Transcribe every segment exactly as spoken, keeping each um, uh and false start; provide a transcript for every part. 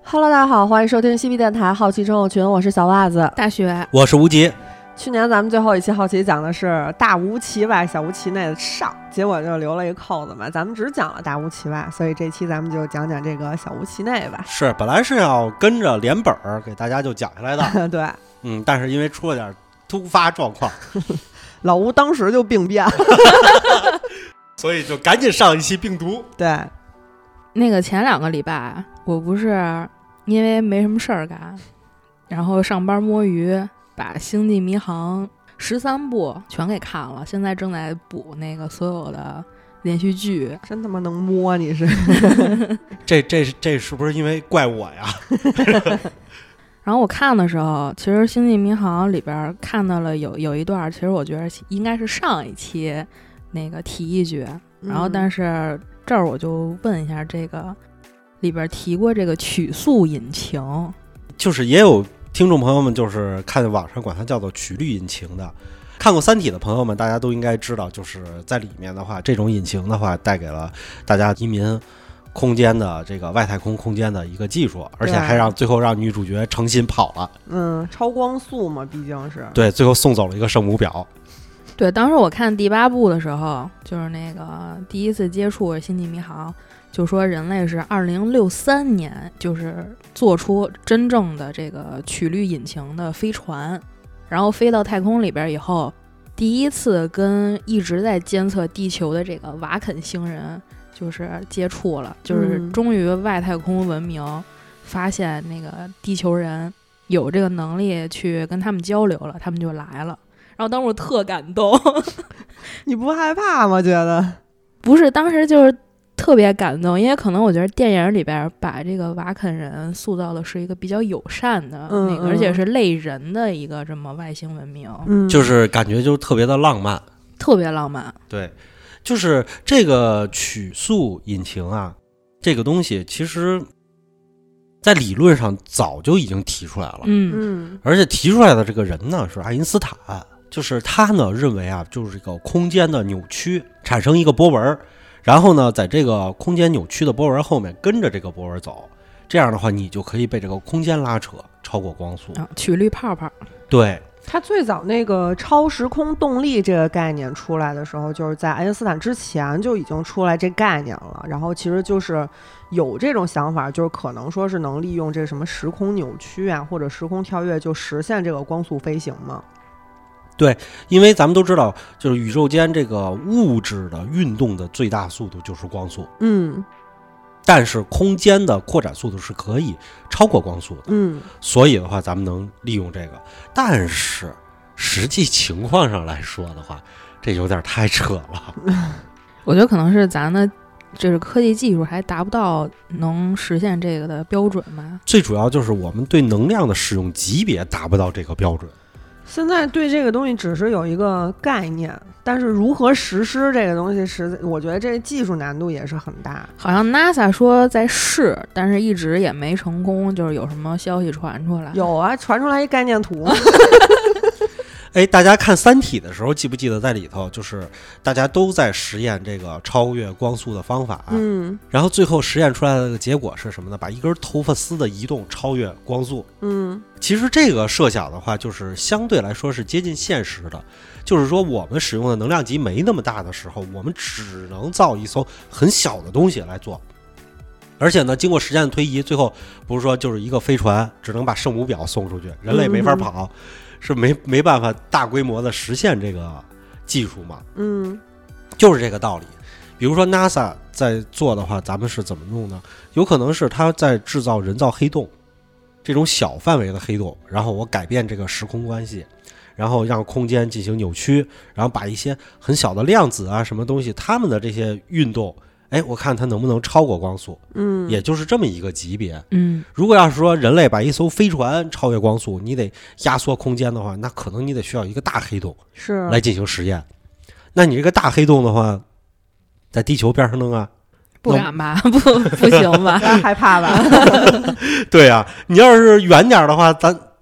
Hello， 大家好，欢迎收听西皮电台好奇症候群，我是小袜子， 大雪， 我是无极。 去年咱们最后一期好奇讲的是大无其外小无其内的上，结果就留了一个扣子嘛，咱们只讲了大无其外，所以这期咱们就讲讲这个小无其内吧。 是，本来是要跟着连本儿给大家就讲下来的， 对， 嗯，但是因为出了点突发状况， 老吴当时就病变， 所以就赶紧上一期病毒。 对， 那个前两个礼拜我不是因为没什么事儿干，然后上班摸鱼，把《星际迷航》十三部全给看了，现在正在补那个所有的连续剧。 真他妈能摸你是？ 这这这是不是因为怪我呀？ 然后我看的时候，其实《星际迷航》里边看到了有有一段，其实我觉得应该是上一期那个提一句，然后但是这儿我就问一下，这个里边提过这个曲速引擎， 就是也有听众朋友们就是看网上管它叫做曲率引擎的，看过《三体》的朋友们大家都应该知道，就是在里面的话，这种引擎的话带给了大家移民空间的这个外太空空间的一个技术，而且还让最后让女主角诚心跑了。 嗯，超光速嘛，毕竟是对，最后送走了一个圣母表。 对，当时我看第八部的时候，就是那个第一次接触星际迷航，就说人类是二零六三年就是做出真正的这个曲率引擎的飞船，然后飞到太空里边以后，第一次跟一直在监测地球的这个瓦肯星人就是接触了，就是终于外太空文明发现那个地球人有这个能力去跟他们交流了，他们就来了。然后当时我特感动。 你不害怕吗？觉得不是，当时就是特别感动，因为可能我觉得电影里边把这个瓦肯人塑造的是一个比较友善的那个、嗯嗯、而且是类人的一个这么外星文明、 嗯、就是感觉就特别的浪漫， 特别浪漫。 对，就是这个曲速引擎啊，这个东西其实在理论上早就已经提出来了， 嗯嗯， 而且提出来的这个人呢是爱因斯坦，就是他呢认为啊，就是这个空间的扭曲产生一个波纹，然后呢在这个空间扭曲的波纹后面跟着这个波纹走，这样的话你就可以被这个空间拉扯超过光速、 啊、曲率泡泡。 对， 他最早那个超时空动力这个概念出来的时候，就是在爱因斯坦之前就已经出来这概念了，然后其实就是有这种想法，就是可能说是能利用这什么时空扭曲啊或者时空跳跃就实现这个光速飞行嘛。 对，因为咱们都知道就是宇宙间这个物质的运动的最大速度就是光速， 嗯， 但是空间的扩展速度是可以超过光速的， 嗯， 所以的话咱们能利用这个，但是实际情况上来说的话，这有点太扯了。 我觉得可能是咱的就是科技技术还达不到能实现这个的标准吧。 最主要就是我们对能量的使用级别达不到这个标准。 现在对这个东西只是有一个概念，但是如何实施这个东西实在我觉得这个技术难度也是很大。 好像 NASA 说在试，但是一直也没成功，就是有什么消息传出来？ 有啊，传出来一概念图。 哎，大家看《三体》的时候记不记得在里头就是大家都在实验这个超越光速的方法， 嗯， 然后最后实验出来的结果是什么呢？把一根头发丝的移动超越光速。 嗯， 其实这个设想的话就是相对来说是接近现实的，就是说我们使用的能量级没那么大的时候，我们只能造一艘很小的东西来做，而且呢经过时间的推移，最后不是说就是一个飞船只能把圣母表送出去，人类没法跑，嗯，是没没办法大规模的实现这个技术嘛？ 嗯， 就是这个道理。比如说 NASA 在做的话，咱们是怎么弄呢？有可能是它在制造人造黑洞，这种小范围的黑洞，然后我改变这个时空关系，然后让空间进行扭曲，然后把一些很小的量子啊什么东西，它们的这些运动，哎，我看它能不能超过光速， 嗯， 也就是这么一个级别。 嗯， 如果要是说人类把一艘飞船超越光速，你得压缩空间的话，那可能你得需要一个大黑洞是来进行实验。那你这个大黑洞的话，在地球边上弄啊？ 不敢吧？不不行吧？ 害怕吧？ 对啊，你要是远点的话，咱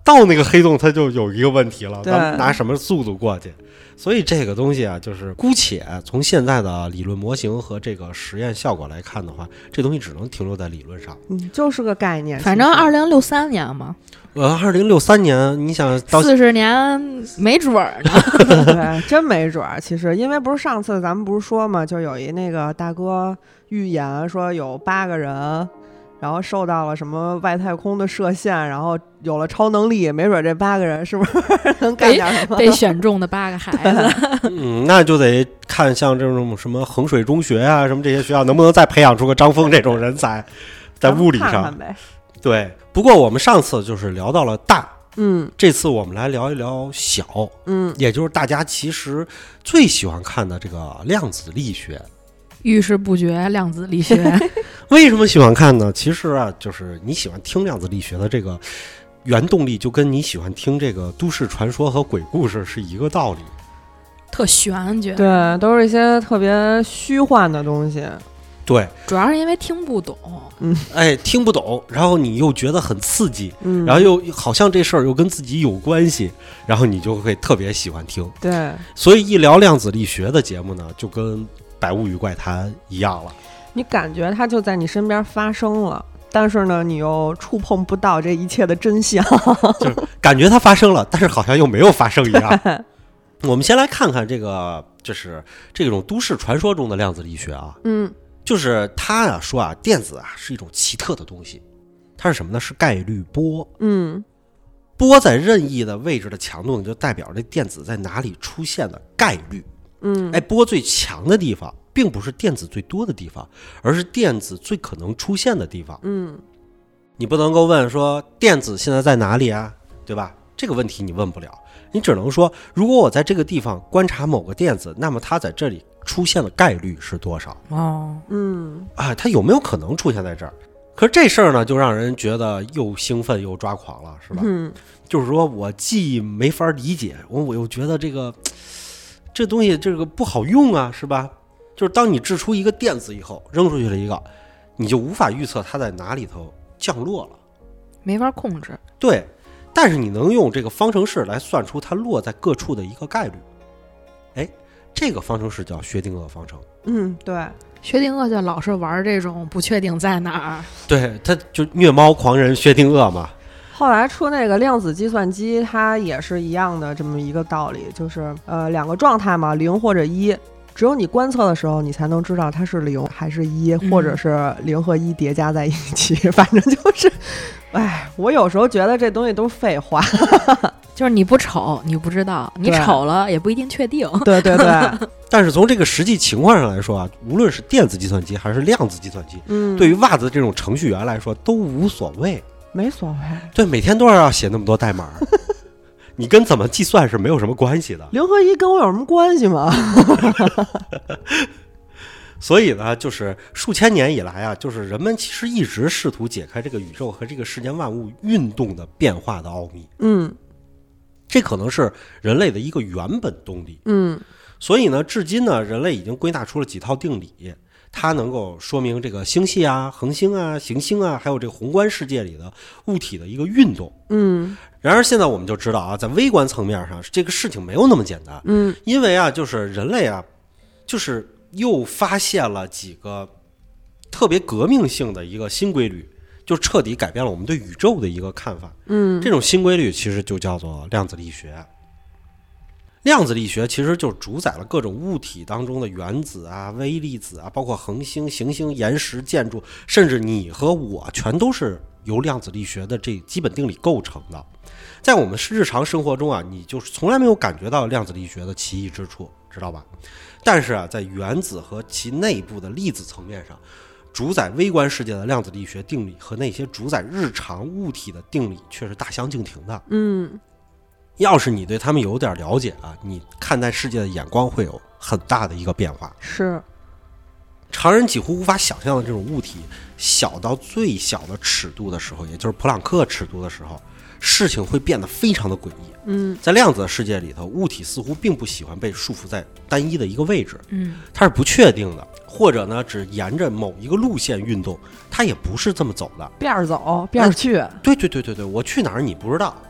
到那个黑洞它就有一个问题了， 对咱们拿什么速度过去？所以这个东西啊，就是姑且从现在的理论模型和这个实验效果来看的话，这东西只能停留在理论上。 嗯，就是个概念。 反正二零六三年嘛， 呃，二零六三年，你想到四十年没准儿呢。 对，真没准儿。其实，因为不是上次咱们不是说嘛，就有一那个大哥预言说有八个人。然后受到了什么外太空的射线，然后有了超能力，没准这八个人是不是能干点什么？ 被选中的八个孩子， 嗯，那就得看像这种什么衡水中学啊，什么这些学校能不能再培养出个张峰这种人才，在物理上。 看看呗。 对，不过我们上次就是聊到了大， 嗯， 这次我们来聊一聊小， 嗯， 也就是大家其实最喜欢看的这个量子力学。 遇事不决，量子力学。 为什么喜欢看呢？其实啊，就是你喜欢听量子力学的这个原动力，就跟你喜欢听这个都市传说和鬼故事是一个道理。 特玄觉， 对，都是一些特别虚幻的东西。 对， 主要是因为听不懂。 嗯，哎，听不懂，然后你又觉得很刺激， 嗯， 然后又好像这事儿又跟自己有关系，然后你就会特别喜欢听。 对， 所以一聊量子力学的节目呢，就跟百物语怪谈一样了， 你感觉它就在你身边发生了，但是呢，你又触碰不到这一切的真相， 就是感觉它发生了，但是好像又没有发生一样。我们先来看看这个，就是这种都市传说中的量子力学啊， 嗯， 就是他啊说啊，电子啊是一种奇特的东西，它是什么呢？是概率波， 嗯， 波在任意的位置的强度，就代表这电子在哪里出现的概率。 嗯， 哎，波最强的地方并不是电子最多的地方，而是电子最可能出现的地方。 嗯， 你不能够问说电子现在在哪里啊，对吧？这个问题你问不了，你只能说，如果我在这个地方观察某个电子，那么它在这里出现的概率是多少？ 哦， 嗯， 啊，它有没有可能出现在这儿？可是这事儿呢，就让人觉得又兴奋又抓狂了，是吧？ 嗯， 就是说我既没法理解，我我又觉得这个。这东西这个不好用啊，是吧？就是当你掷出一个电子以后，扔出去了一个，你就无法预测它在哪里头降落了， 没法控制。 对，但是你能用这个方程式来算出它落在各处的一个概率。哎，这个方程式叫薛定谔方程。 嗯，对， 薛定谔就老是玩这种不确定在哪儿。 对，他就虐猫狂人薛定谔嘛。 后来出那个量子计算机，它也是一样的这么一个道理，就是呃两个状态嘛，零或者一，只有你观测的时候，你才能知道它是零还是一， 嗯、 或者是零和一叠加在一起，反正就是，哎，我有时候觉得这东西都是废话， 就是你不瞅你不知道，你瞅了也不一定确定。 对对对。 但是从这个实际情况上来说啊，无论是电子计算机还是量子计算机， 嗯， 对于袜子这种程序员来说都无所谓。 没所谓， 对，每天都要写那么多代码，你跟怎么计算是没有什么关系的。 零和一跟我有什么关系吗？ 所以呢，就是数千年以来啊，就是人们其实一直试图解开这个宇宙和这个世间万物运动的变化的奥秘。 嗯， 这可能是人类的一个原本动力。 嗯， 所以呢，至今呢，人类已经归纳出了几套定理。它能够说明这个星系啊、恒星啊、行星啊，还有这个宏观世界里的物体的一个运动。 嗯， 然而现在我们就知道啊，在微观层面上，这个事情没有那么简单。 嗯， 因为啊，就是人类啊，就是又发现了几个特别革命性的一个新规律，就彻底改变了我们对宇宙的一个看法。 嗯， 这种新规律其实就叫做量子力学。量子力学其实就主宰了各种物体当中的原子啊、微粒子啊，包括恒星、行星、岩石、建筑，甚至你和我全都是由量子力学的这基本定理构成的。在我们日常生活中啊，你就是从来没有感觉到量子力学的奇异之处，知道吧？但是啊，在原子和其内部的粒子层面上，主宰微观世界的量子力学定理和那些主宰日常物体的定理却是大相径庭的。 嗯。 要是你对他们有点了解啊，你看待世界的眼光会有很大的一个变化。 是， 常人几乎无法想象的这种物体，小到最小的尺度的时候，也就是普朗克尺度的时候，事情会变得非常的诡异。 嗯， 在量子的世界里头，物体似乎并不喜欢被束缚在单一的一个位置， 嗯， 它是不确定的，或者呢只沿着某一个路线运动，它也不是这么走的， 边儿走边儿去。 对对对对对，我去哪儿你不知道，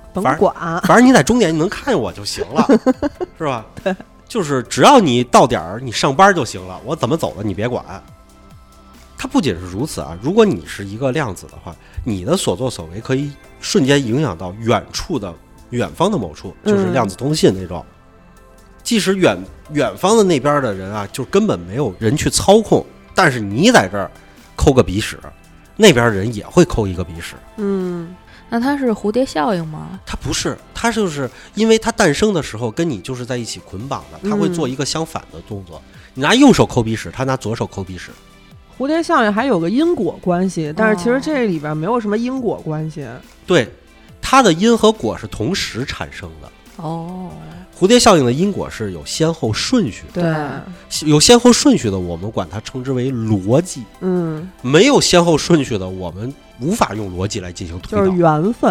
甭管， 反正你在终点你能看见我就行了，是吧？ 对， 就是只要你到点儿，你上班就行了，我怎么走的你别管。它不仅是如此啊，如果你是一个量子的话，你的所作所为可以瞬间影响到远处的远方的某处，就是量子通信那种。嗯、即使远远方的那边的人啊，就根本没有人去操控，但是你在这儿抠个鼻屎，那边人也会抠一个鼻屎。 嗯。 那它是蝴蝶效应吗？ 它不是，它就是因为它诞生的时候跟你就是在一起捆绑的，它会做一个相反的动作。嗯、你拿右手抠鼻屎，他拿左手抠鼻屎。 蝴蝶效应还有个因果关系，但是其实这里边没有什么因果关系。哦、 对，它的因和果是同时产生的。 哦， 蝴蝶效应的因果是有先后顺序的。 对， 有先后顺序的，我们管它称之为逻辑。 嗯， 没有先后顺序的，我们无法用逻辑来进行推导。 就是缘分。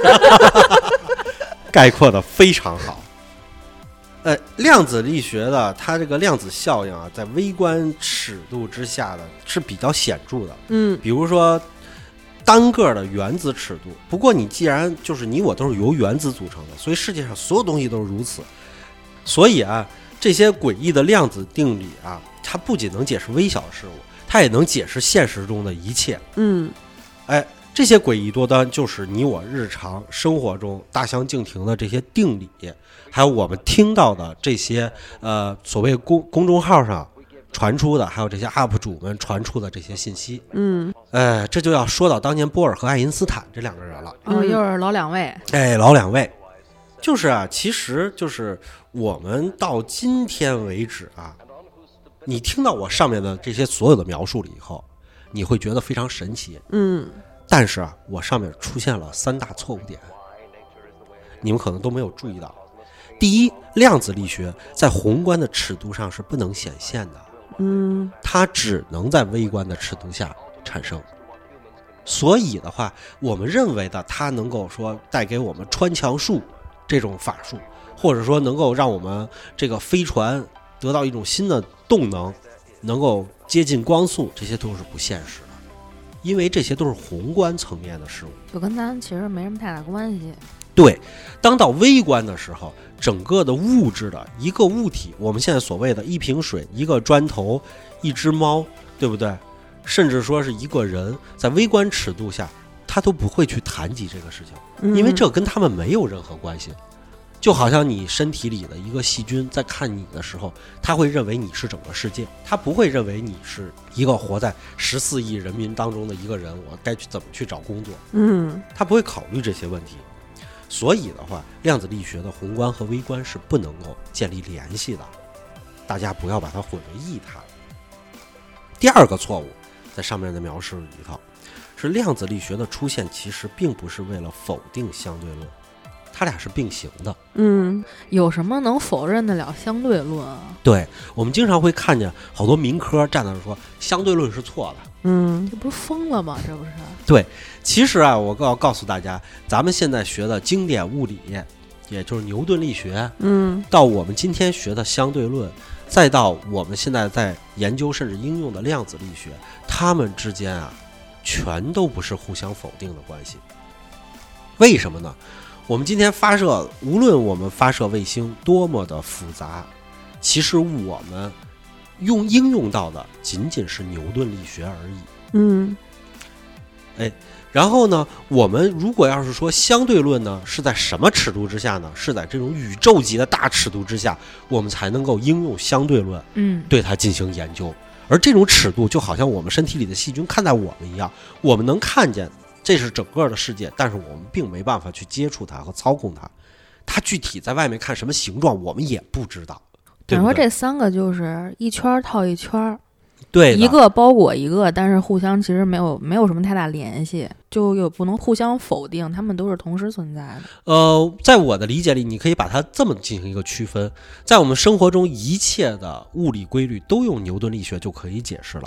概括的非常好。呃，量子力学的它这个量子效应啊，在微观尺度之下的是比较显著的。 嗯， 比如说单个的原子尺度。不过你既然就是你我都是由原子组成的，所以世界上所有东西都是如此。所以啊，这些诡异的量子定理啊，它不仅能解释微小的事物，它也能解释现实中的一切。 嗯， 哎。这些诡异多端就是你我日常生活中大相径庭的这些定理，还有我们听到的这些呃所谓公公众号上传出的，还有这些 U P 主们传出的这些信息。 嗯， 哎，这就要说到当年波尔和爱因斯坦这两个人了。 哦，又是老两位。 哎，老两位，就是啊，其实就是我们到今天为止啊，你听到我上面的这些所有的描述了以后，你会觉得非常神奇。 嗯。 但是啊，我上面出现了三大错误点，你们可能都没有注意到。第一，量子力学在宏观的尺度上是不能显现的， 嗯， 它只能在微观的尺度下产生。所以的话，我们认为的它能够说带给我们穿墙术这种法术，或者说能够让我们这个飞船得到一种新的动能，能够接近光速，这些都是不现实的。因为这些都是宏观层面的事物， 就跟咱其实没什么太大关系。 对，当到微观的时候，整个的物质的一个物体，我们现在所谓的一瓶水、一个砖头、一只猫，对不对？甚至说是一个人，在微观尺度下，他都不会去谈及这个事情，因为这跟他们没有任何关系。就好像你身体里的一个细菌在看你的时候，他会认为你是整个世界，他不会认为你是一个活在十四亿人民当中的一个人，我该去怎么去找工作， 嗯， 他不会考虑这些问题。所以的话，量子力学的宏观和微观是不能够建立联系的，大家不要把它混为一谈。第二个错误在上面的描述里头，是量子力学的出现其实并不是为了否定相对论，它俩是并行的。 嗯， 有什么能否认得了相对论啊？ 对，我们经常会看见好多民科站在那说相对论是错的。 嗯， 这不是疯了吗？这不是？ 对，其实啊，我要告诉大家，咱们现在学的经典物理，也就是牛顿力学， 嗯， 到我们今天学的相对论，再到我们现在在研究甚至应用的量子力学，它们之间啊，全都不是互相否定的关系。为什么呢？我们今天发射，无论我们发射卫星多么的复杂，其实我们用应用到的仅仅是牛顿力学而已。 嗯， 哎，然后呢，我们如果要是说相对论呢，是在什么尺度之下呢？是在这种宇宙级的大尺度之下，我们才能够应用相对论， 嗯， 对它进行研究。而这种尺度就好像我们身体里的细菌看待我们一样，我们能看见这是整个的世界，但是我们并没办法去接触它和操控它。它具体在外面看什么形状，我们也不知道。对不对？ 等于说这三个就是一圈套一圈， 对， 一个包裹一个，但是互相其实没有没有什么太大联系，就又不能互相否定，他们都是同时存在的。 呃，在我的理解里，你可以把它这么进行一个区分，在我们生活中一切的物理规律都用牛顿力学就可以解释了。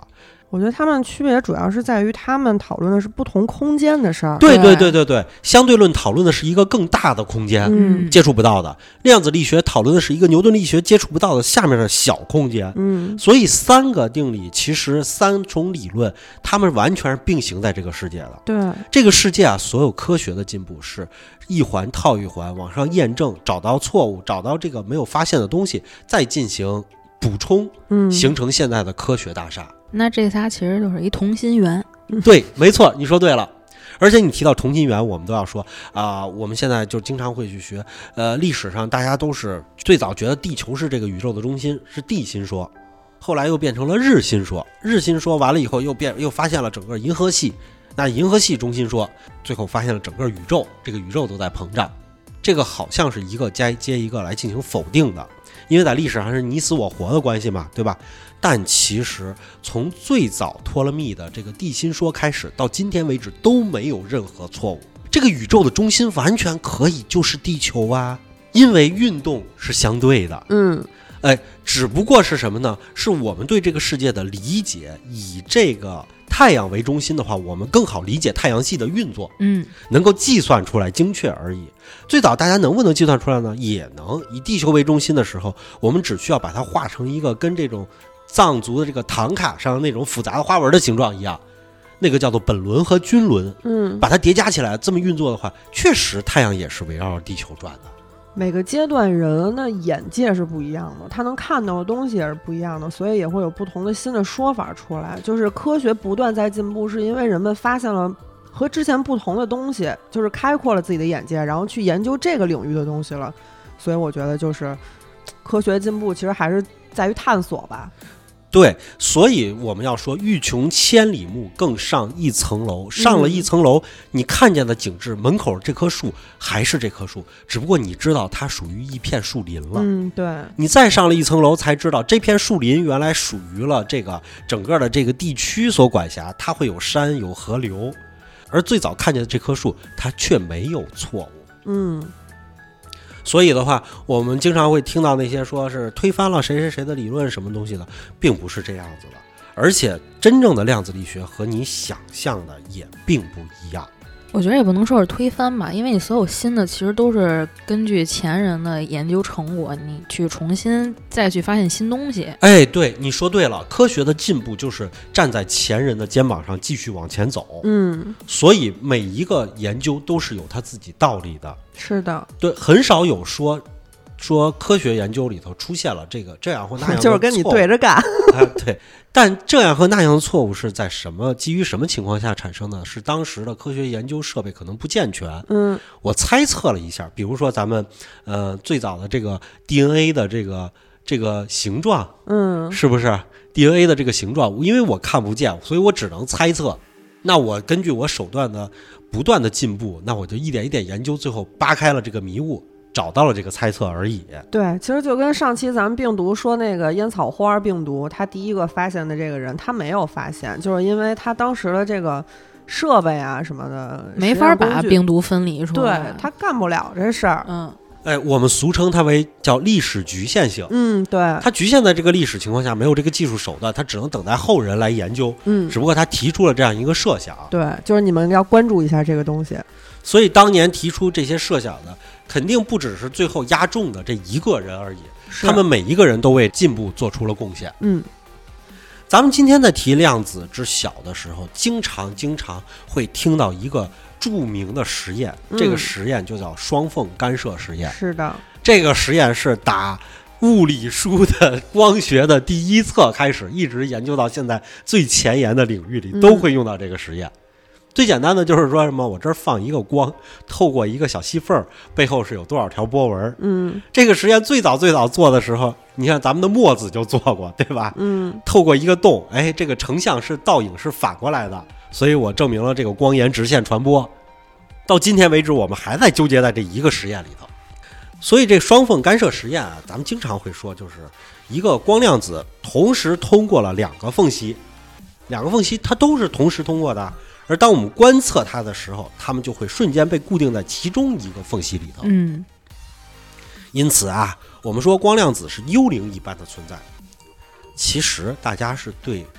我觉得他们区别主要是在于他们讨论的是不同空间的事儿。 对对对对对，相对论讨论的是一个更大的空间， 嗯， 接触不到的；量子力学讨论的是一个牛顿力学接触不到的下面的小空间。 嗯， 所以三个定理其实三种理论，它们完全是并行在这个世界的。 对， 这个世界啊，所有科学的进步是一环套一环往上验证，找到错误，找到这个没有发现的东西，再进行补充， 嗯， 形成现在的科学大厦。 那这仨其实就是一同心圆。 对，没错，你说对了。而且你提到同心圆，我们都要说啊、呃，我们现在就经常会去学，呃，历史上大家都是最早觉得地球是这个宇宙的中心，是地心说，后来又变成了日心说，日心说完了以后又变又发现了整个银河系，那银河系中心说，最后发现了整个宇宙，这个宇宙都在膨胀，这个好像是一个接接一个来进行否定的，因为在历史上是你死我活的关系嘛，对吧？但其实从最早托勒密的这个地心说开始，到今天为止都没有任何错误。这个宇宙的中心完全可以就是地球啊，因为运动是相对的。 嗯， 哎，只不过是什么呢？是我们对这个世界的理解，以这个太阳为中心的话，我们更好理解太阳系的运作， 嗯， 能够计算出来精确而已。最早大家能不能计算出来呢？也能。以地球为中心的时候，我们只需要把它画成一个跟这种藏族的这个唐卡上那种复杂的花纹的形状一样，那个叫做本轮和均轮， 嗯， 把它叠加起来，这么运作的话，确实太阳也是围绕着地球转的。 每个阶段人的眼界是不一样的，他能看到的东西也是不一样的，所以也会有不同的新的说法出来。就是科学不断在进步，是因为人们发现了和之前不同的东西，就是开阔了自己的眼界，然后去研究这个领域的东西了。所以我觉得就是科学进步其实还是在于探索吧。 对，所以我们要说欲穷千里目，更上一层楼。上了一层楼，你看见的景致，门口这棵树还是这棵树，只不过你知道它属于一片树林了。 嗯，对。 你再上了一层楼，才知道这片树林原来属于了这个整个的这个地区所管辖，它会有山有河流，而最早看见的这棵树，它却没有错误。 嗯。 所以的话，我们经常会听到那些说是推翻了谁谁谁的理论什么东西的，并不是这样子的。而且真正的量子力学和你想象的也并不一样。 我觉得也不能说是推翻吧，因为你所有新的其实都是根据前人的研究成果，你去重新再去发现新东西。 哎，对，你说对了，科学的进步就是站在前人的肩膀上继续往前走。 嗯， 所以每一个研究都是有它自己道理的。 是的， 对，很少有说说科学研究里头出现了这个这样或那样的错误， 就是跟你对着干。 啊，对。但这样和那样的错误是在什么基于什么情况下产生的？是当时的科学研究设备可能不健全。 嗯， 我猜测了一下，比如说咱们呃最早的这个 D N A 的这个这个形状， 嗯， 是不是 D N A 的这个形状？因为我看不见，所以我只能猜测。那我根据我手段的不断的进步，那我就一点一点研究，最后扒开了这个迷雾，找到了这个猜测而已。 对，其实就跟上期咱们病毒说那个烟草花病毒，他第一个发现的这个人，他没有发现，就是因为他当时的这个设备啊什么的没法把病毒分离出来， 对，他干不了这事儿。 嗯， 哎，我们俗称它为叫历史局限性。 嗯，对， 它局限在这个历史情况下，没有这个技术手段，它只能等待后人来研究。 嗯， 只不过他提出了这样一个设想。 对，就是你们要关注一下这个东西。 所以当年提出这些设想的，肯定不只是最后压中的这一个人而已，他们每一个人都为进步做出了贡献。 嗯， 咱们今天在提量子之小的时候，经常经常会听到一个著名的实验， 嗯、 这个实验就叫双缝干涉实验。 是的， 这个实验是打物理书的光学的第一册开始，一直研究到现在最前沿的领域里，都会用到这个实验。嗯，最简单的就是说什么，我这儿放一个光，透过一个小细缝，背后是有多少条波纹。 嗯， 这个实验最早最早做的时候，你看咱们的墨子就做过，对吧？ 嗯， 透过一个洞，哎，这个成像是倒影是反过来的，所以我证明了这个光沿直线传播。到今天为止，我们还在纠结在这一个实验里头。所以这双缝干涉实验啊，咱们经常会说，就是一个光量子同时通过了两个缝隙，两个缝隙它都是同时通过的。而当我们观测它的时候，它们就会瞬间被固定在其中一个缝隙里头。 嗯， 因此啊，我们说光量子是幽灵一般的存在。其实大家是对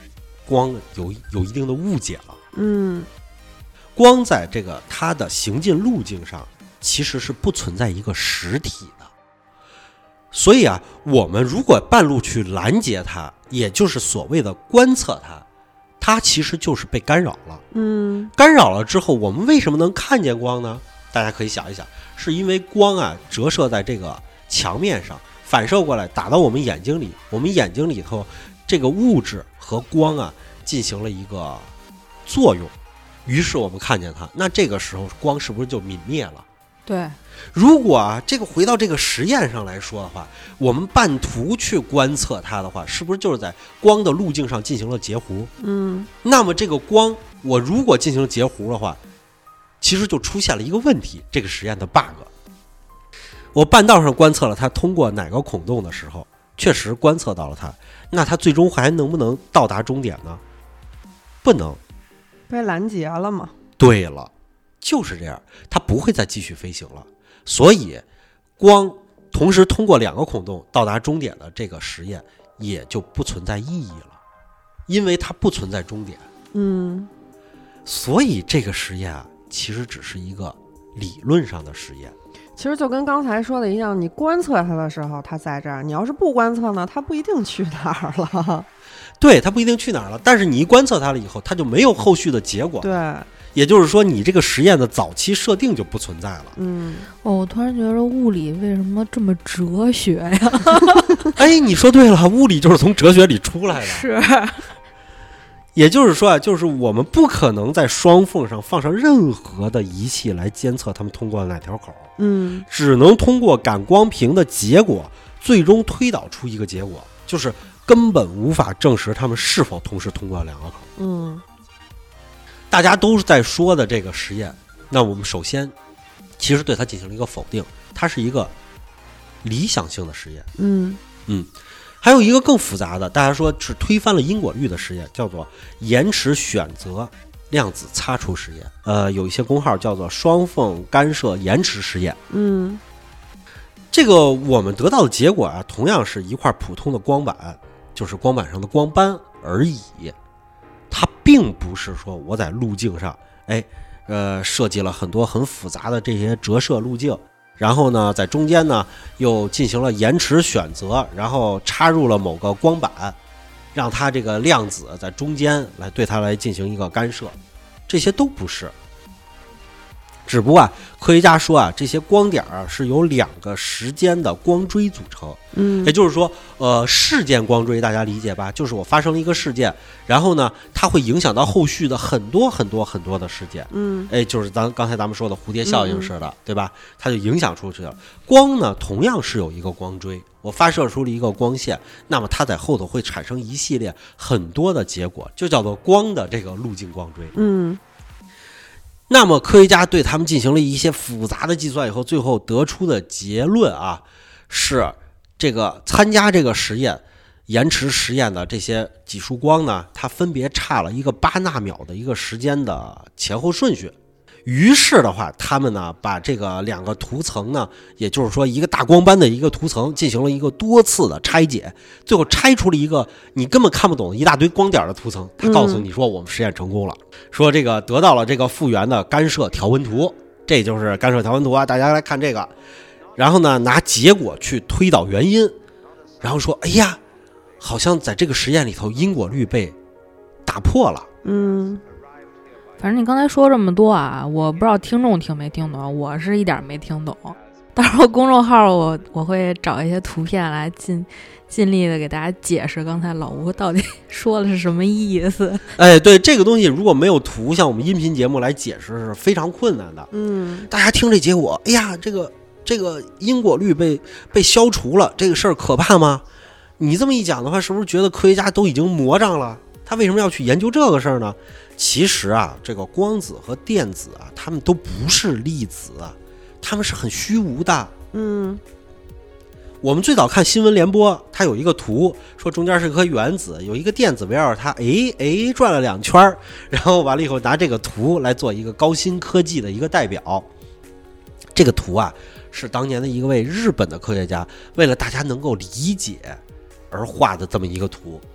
光有有一定的误解了。 嗯， 光在这个它的行进路径上其实是不存在一个实体的，所以啊，我们如果半路去拦截它，也就是所谓的观测它，它其实就是被干扰了。 嗯， 干扰了之后，我们为什么能看见光呢？大家可以想一想，是因为光啊折射在这个墙面上，反射过来打到我们眼睛里，我们眼睛里头这个物质和光啊进行了一个作用，于是我们看见它。那这个时候光是不是就泯灭了？ 对， 如果啊这个回到这个实验上来说的话，我们半途去观测它的话，是不是就是在光的路径上进行了截弧？ 嗯， 那么这个光我如果进行截弧的话，其实就出现了一个问题，这个实验的 bug。 我半道上观测了它通过哪个孔洞的时候，确实观测到了它，那它最终还能不能到达终点呢？不能， 被拦截了嘛。 对了，就是这样，它不会再继续飞行了。所以光同时通过两个孔洞到达终点的这个实验也就不存在意义了，因为它不存在终点。 嗯， 所以这个实验啊其实只是一个理论上的实验。 其实就跟刚才说的一样，你观测它的时候它在这儿，你要是不观测呢，它不一定去哪儿了。 对，它不一定去哪儿了，但是你一观测它了以后，它就没有后续的结果。 对， 也就是说你这个实验的早期设定就不存在了。 嗯， 哦，我突然觉得物理为什么这么哲学呀？ 哎，你说对了，物理就是从哲学里出来的。 是， 也就是说啊，就是我们不可能在双缝上放上任何的仪器来监测它们通过哪条口， 嗯， 只能通过感光屏的结果最终推导出一个结果，就是根本无法证实它们是否同时通过两个口。 嗯， 大家都是在说的这个实验，那我们首先其实对它进行了一个否定，它是一个理想性的实验。 嗯嗯，还有一个更复杂的，大家说是推翻了因果律的实验，叫做延迟选择量子擦除实验。呃，有一些公号叫做双缝干涉延迟实验。 嗯， 这个我们得到的结果啊，同样是一块普通的光板，就是光板上的光斑而已。它并不是说我在路径上，哎，呃，设计了很多很复杂的这些折射路径，然后呢，在中间呢又进行了延迟选择，然后插入了某个光板，让它这个量子在中间来对它来进行一个干涉，这些都不是。只不过啊，科学家说啊，这些光点啊是由两个时间的光锥组成。 嗯， 也就是说，呃，事件光锥大家理解吧？就是我发生了一个事件，然后呢，它会影响到后续的很多很多很多的事件。 嗯， 哎，就是咱刚才咱们说的蝴蝶效应似的，嗯、对吧？它就影响出去了。光呢，同样是有一个光锥，我发射出了一个光线，那么它在后头会产生一系列很多的结果，就叫做光的这个路径光锥。 嗯。 那么科学家对他们进行了一些复杂的计算以后，最后得出的结论啊，是这个参加这个实验延迟实验的这些几束光呢，它分别差了一个八纳秒的一个时间的前后顺序。于是的话，他们呢把这个两个图层呢，也就是说一个大光斑的一个图层进行了一个多次的拆解，最后拆出了一个你根本看不懂的一大堆光点的图层。他告诉你说我们实验成功了，嗯、说这个得到了这个复原的干涉条纹图，这就是干涉条纹图啊，大家来看这个。然后呢，拿结果去推导原因，然后说哎呀，好像在这个实验里头因果律被打破了。 嗯。 反正你刚才说这么多啊，我不知道听众听没听懂，我是一点没听懂。到时候公众号我我会找一些图片来尽尽力的给大家解释刚才老吴到底说的是什么意思。 哎，对，这个东西如果没有图，像我们音频节目来解释是非常困难的。 嗯， 大家听这结果，哎呀，这个这个因果律被被消除了，这个事儿可怕吗？你这么一讲的话，是不是觉得科学家都已经魔障了？他为什么要去研究这个事儿呢？其实啊，这个光子和电子啊，它们都不是粒子啊，它们是很虚无的。 嗯， 我们最早看新闻联播，它有一个图，说中间是颗原子，有一个电子围绕它，哎哎转了两圈，然后完了以后拿这个图来做一个高新科技的一个代表。这个图啊，是当年的一位日本的科学家为了大家能够理解而画的这么一个图。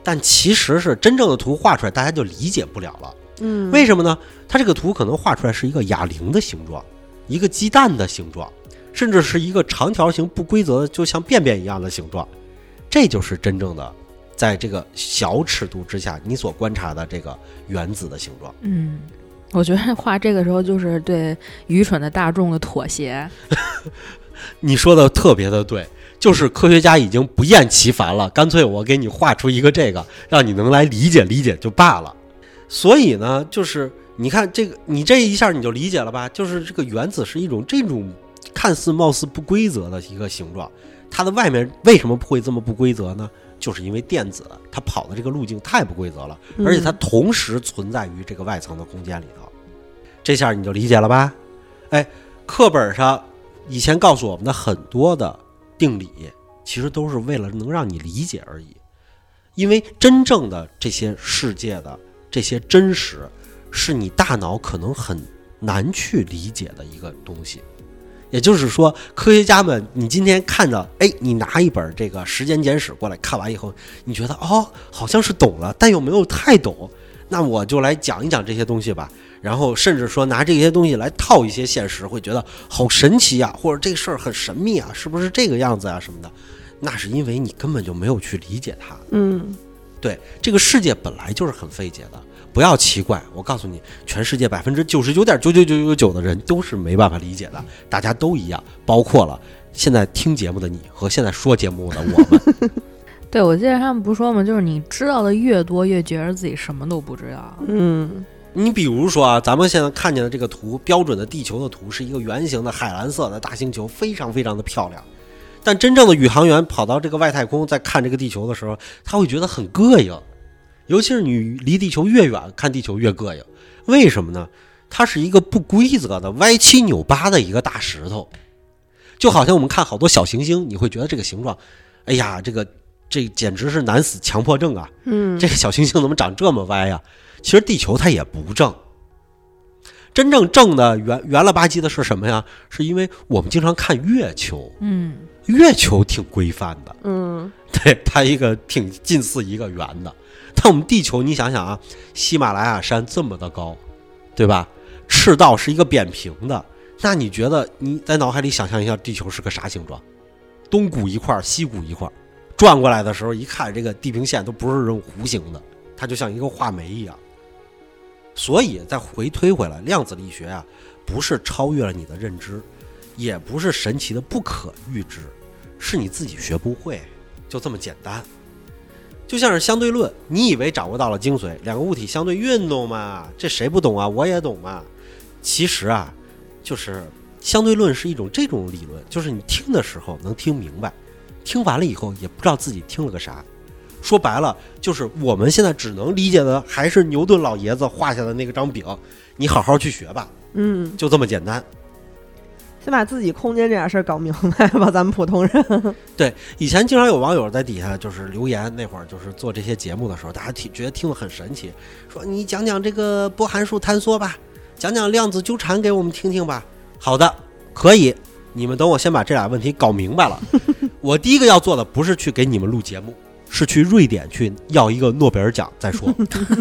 但其实是真正的图画出来，大家就理解不了了。 嗯， 为什么呢？它这个图可能画出来是一个哑铃的形状，一个鸡蛋的形状，甚至是一个长条形不规则的，就像便便一样的形状。这就是真正的在这个小尺度之下你所观察的这个原子的形状。 嗯，我觉得画这个时候就是对愚蠢的大众的妥协。 你说的特别的对，就是科学家已经不厌其烦了，干脆我给你画出一个这个，让你能来理解理解就罢了。所以呢，就是你看这个，你这一下你就理解了吧？就是这个原子是一种这种看似貌似不规则的一个形状，它的外面为什么会这么不规则呢？就是因为电子它跑的这个路径太不规则了，而且它同时存在于这个外层的空间里头。这下你就理解了吧？哎，课本上以前告诉我们的很多的定理，其实都是为了能让你理解而已。因为真正的这些世界的这些真实，是你大脑可能很难去理解的一个东西。也就是说，科学家们，你今天看到，哎，你拿一本这个《时间简史》过来看完以后，你觉得哦，好像是懂了，但又没有太懂。那我就来讲一讲这些东西吧。然后甚至说拿这些东西来套一些现实，会觉得好神奇啊，或者这个事儿很神秘啊，是不是这个样子啊什么的？那是因为你根本就没有去理解它。 嗯， 对，这个世界本来就是很费解的。不要奇怪，我告诉你，全世界百分之九十九点九九九九九的人都是没办法理解的，大家都一样，包括了现在听节目的你和现在说节目的我们。 对，我记得他们不说吗？就是你知道的越多，越觉得自己什么都不知道。 嗯， 你比如说啊，咱们现在看见的这个图，标准的地球的图是一个圆形的海蓝色的大星球，非常非常的漂亮。但真正的宇航员跑到这个外太空，在看这个地球的时候，他会觉得很膈应。尤其是你离地球越远，看地球越膈应。为什么呢？它是一个不规则的歪七扭八的一个大石头，就好像我们看好多小行星，你会觉得这个形状，哎呀，这个这简直是难死强迫症啊！嗯，这个小行星怎么长这么歪呀？其实地球它也不正，真正正的圆圆了吧唧的是什么呀？是因为我们经常看月球， 嗯， 月球挺规范的， 嗯， 对，它一个挺近似一个圆的。但我们地球，你想想啊，喜马拉雅山这么的高，对吧？赤道是一个扁平的，那你觉得你在脑海里想象一下，地球是个啥形状？东谷一块，西谷一块，转过来的时候，一看这个地平线都不是这种弧形的，它就像一个画眉一样。所以再回推回来，量子力学啊，不是超越了你的认知，也不是神奇的不可预知，是你自己学不会，就这么简单。就像是相对论，你以为掌握到了精髓，两个物体相对运动嘛，这谁不懂啊？我也懂嘛。其实啊，就是相对论是一种这种理论，就是你听的时候能听明白，听完了以后也不知道自己听了个啥。说白了，就是我们现在只能理解的还是牛顿老爷子画下的那个张饼，你好好去学吧。 嗯， 就这么简单。 先把自己空间这点事儿搞明白吧，咱们普通人。 对，以前经常有网友在底下就是留言，那会儿就是做这些节目的时候，大家听觉得听得很神奇，说你讲讲这个波函数坍缩吧，讲讲量子纠缠给我们听听吧。好的，可以，你们等我先把这俩问题搞明白了。我第一个要做的不是去给你们录节目，是去瑞典去要一个诺贝尔奖再说。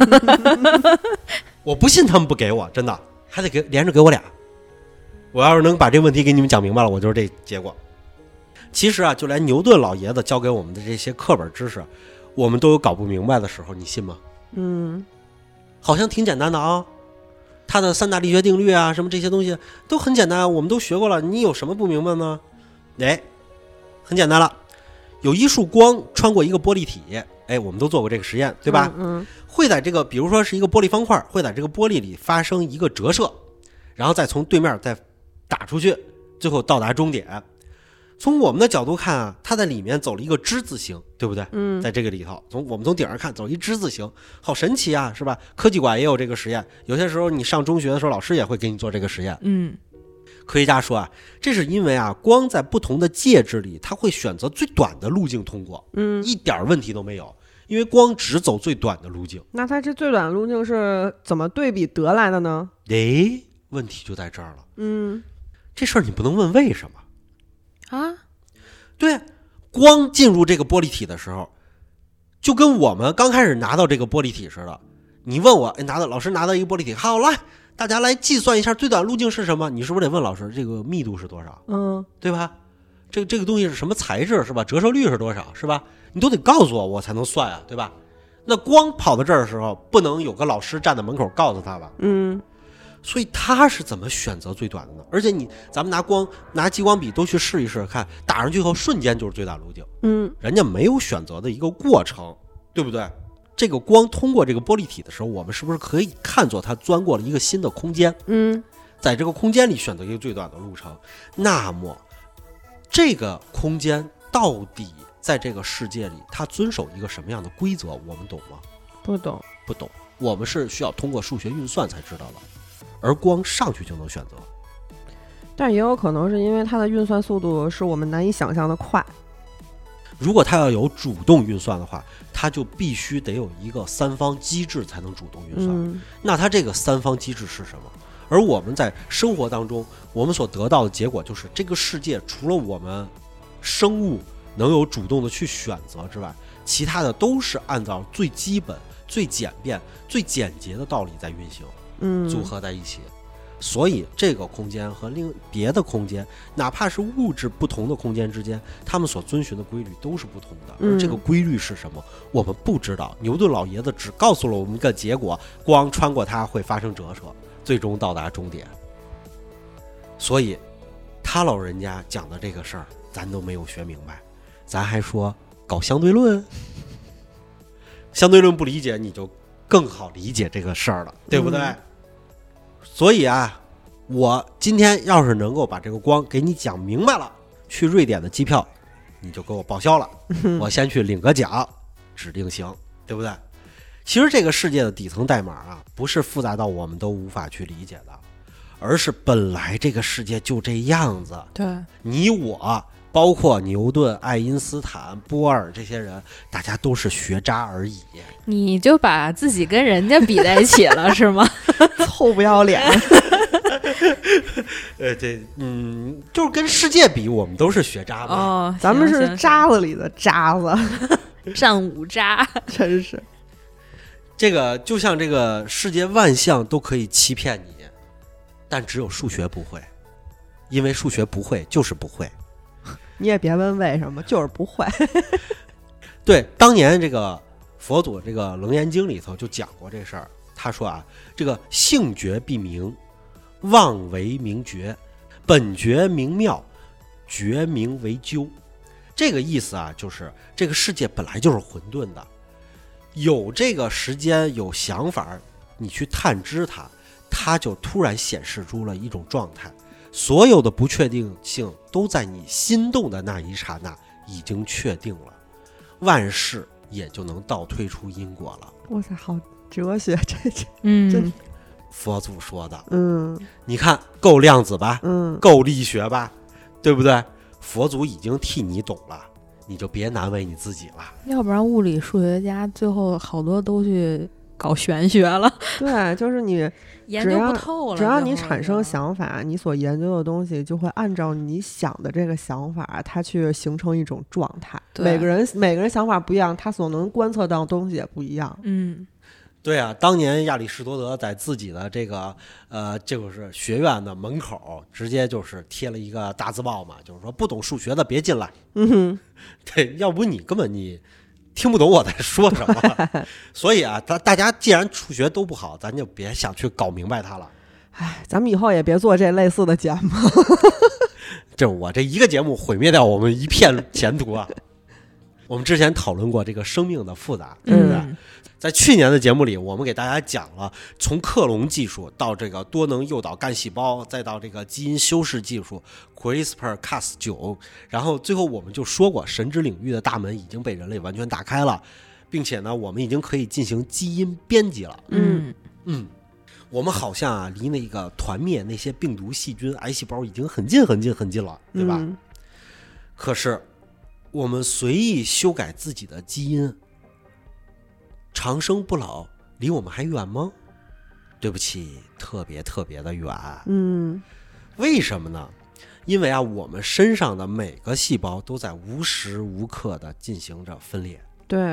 我不信他们不给我，真的还得给连着给我俩。我要是能把这个问题给你们讲明白了，我就是这结果。其实啊，就连牛顿老爷子教给我们的这些课本知识，我们都有搞不明白的时候，你信吗？ 嗯， 好像挺简单的啊，他的三大力学定律啊，什么这些东西都很简单，我们都学过了，你有什么不明白呢？哎，很简单了，有一束光穿过一个玻璃体，哎，我们都做过这个实验，对吧？ 嗯，嗯会在这个，比如说是一个玻璃方块，会在这个玻璃里发生一个折射，然后再从对面再打出去，最后到达终点。从我们的角度看啊，它在里面走了一个之字形，对不对？嗯，在这个里头，从我们从顶上看走一之字形，好神奇啊，是吧？科技馆也有这个实验，有些时候你上中学的时候，老师也会给你做这个实验。 嗯， 科学家说啊，这是因为啊，光在不同的介质里，它会选择最短的路径通过，嗯，一点问题都没有，因为光只走最短的路径。 那它这最短的路径是怎么对比得来的呢？ 诶，问题就在这儿了。 嗯， 这事儿你不能问为什么啊？ 对，光进入这个玻璃体的时候， 就跟我们刚开始拿到这个玻璃体似的，你问我，哎，拿到老师拿到一个玻璃体，好来，大家来计算一下最短路径是什么？你是不是得问老师这个密度是多少？ 嗯， 对吧？这这个东西是什么材质是吧？折射率是多少是吧？你都得告诉我，我才能算啊，对吧？那光跑到这儿的时候，不能有个老师站在门口告诉他吧？ 嗯， 所以他是怎么选择最短的呢？而且你咱们拿光拿激光笔都去试一试，看打上去后瞬间就是最短路径。 嗯， 人家没有选择的一个过程，对不对？这个光通过这个玻璃体的时候，我们是不是可以看作它钻过了一个新的空间？ 嗯， 在这个空间里选择一个最短的路程，那么这个空间到底在这个世界里，它遵守一个什么样的规则？我们懂吗？ 不懂， 不懂。我们是需要通过数学运算才知道的，而光上去就能选择。 但也有可能是因为它的运算速度是我们难以想象的快。 如果它要有主动运算的话，它就必须得有一个三方机制才能主动运算。 嗯， 那它这个三方机制是什么？而我们在生活当中，我们所得到的结果就是，这个世界除了我们生物能有主动的去选择之外，其他的都是按照最基本、最简便、最简洁的道理在运行， 嗯， 组合在一起。所以这个空间和另别的空间，哪怕是物质不同的空间之间，他们所遵循的规律都是不同的。而这个规律是什么，我们不知道。牛顿老爷子只告诉了我们一个结果：光穿过它会发生折射，最终到达终点。所以他老人家讲的这个事儿，咱都没有学明白，咱还说搞相对论。相对论不理解，你就更好理解这个事儿了，对不对？嗯，所以啊，我今天要是能够把这个光给你讲明白了，去瑞典的机票你就给我报销了，我先去领个奖，指定行，对不对？其实这个世界的底层代码啊，不是复杂到我们都无法去理解的，而是本来这个世界就这样子。 对， 你我包括牛顿、爱因斯坦、波尔这些人，大家都是学渣而已。 你就把自己跟人家比在一起了是吗？ 臭不要脸。 呃，这嗯，就是跟世界比，我们都是学渣嘛。 哦， 咱们是渣子里的渣子， 战五渣， 真是。 这个就像这个世界万象都可以欺骗你，但只有数学不会，因为数学不会就是不会。 你也别问为什么，就是不会。 对，当年这个佛祖这个《楞严经》里头就讲过这事儿。他说啊，这个性觉必明，妄为明觉，本觉明妙，觉明为究。这个意思啊，就是这个世界本来就是混沌的，有这个时间有想法，你去探知它，它就突然显示出了一种状态。所有的不确定性都在你心动的那一刹那已经确定了，万事也就能倒推出因果了。 哇塞，好哲学，这这， 嗯， 真佛祖说的， 嗯， 你看够量子吧， 嗯， 够力学吧，对不对？佛祖已经替你懂了，你就别难为你自己了。 要不然物理数学家最后好多都去搞玄学了。 对，就是你研究不透了， 只要你产生想法，你所研究的东西就会按照你想的这个想法，它去形成一种状态。每个人每个人想法不一样，他所能观测到的东西也不一样。 嗯， 对啊，当年亚里士多德在自己的这个呃，就是学院的门口，直接就是贴了一个大字报嘛，就是说不懂数学的别进来。 嗯哼， 对，要不你根本你听不懂我在说什么。所以啊，大大家既然数学都不好，咱就别想去搞明白它了。 哎，咱们以后也别做这类似的节目。 这我这一个节目毁灭掉我们一片前途啊！我们之前讨论过这个生命的复杂，对不对？ 嗯， 在去年的节目里，我们给大家讲了从克隆技术到这个多能诱导干细胞，再到这个基因修饰技术 CRISPR Cas 九，然后最后我们就说过，神之领域的大门已经被人类完全打开了，并且呢，我们已经可以进行基因编辑了。 嗯嗯，我们好像啊，离那个团灭那些病毒、细菌、癌细胞已经很近、很近、很近了，对吧？ 嗯， 可是我们随意修改自己的基因，长生不老离我们还远吗？对不起，特别特别的远。 嗯， 为什么呢？因为啊，我们身上的每个细胞都在无时无刻的进行着分裂。 对，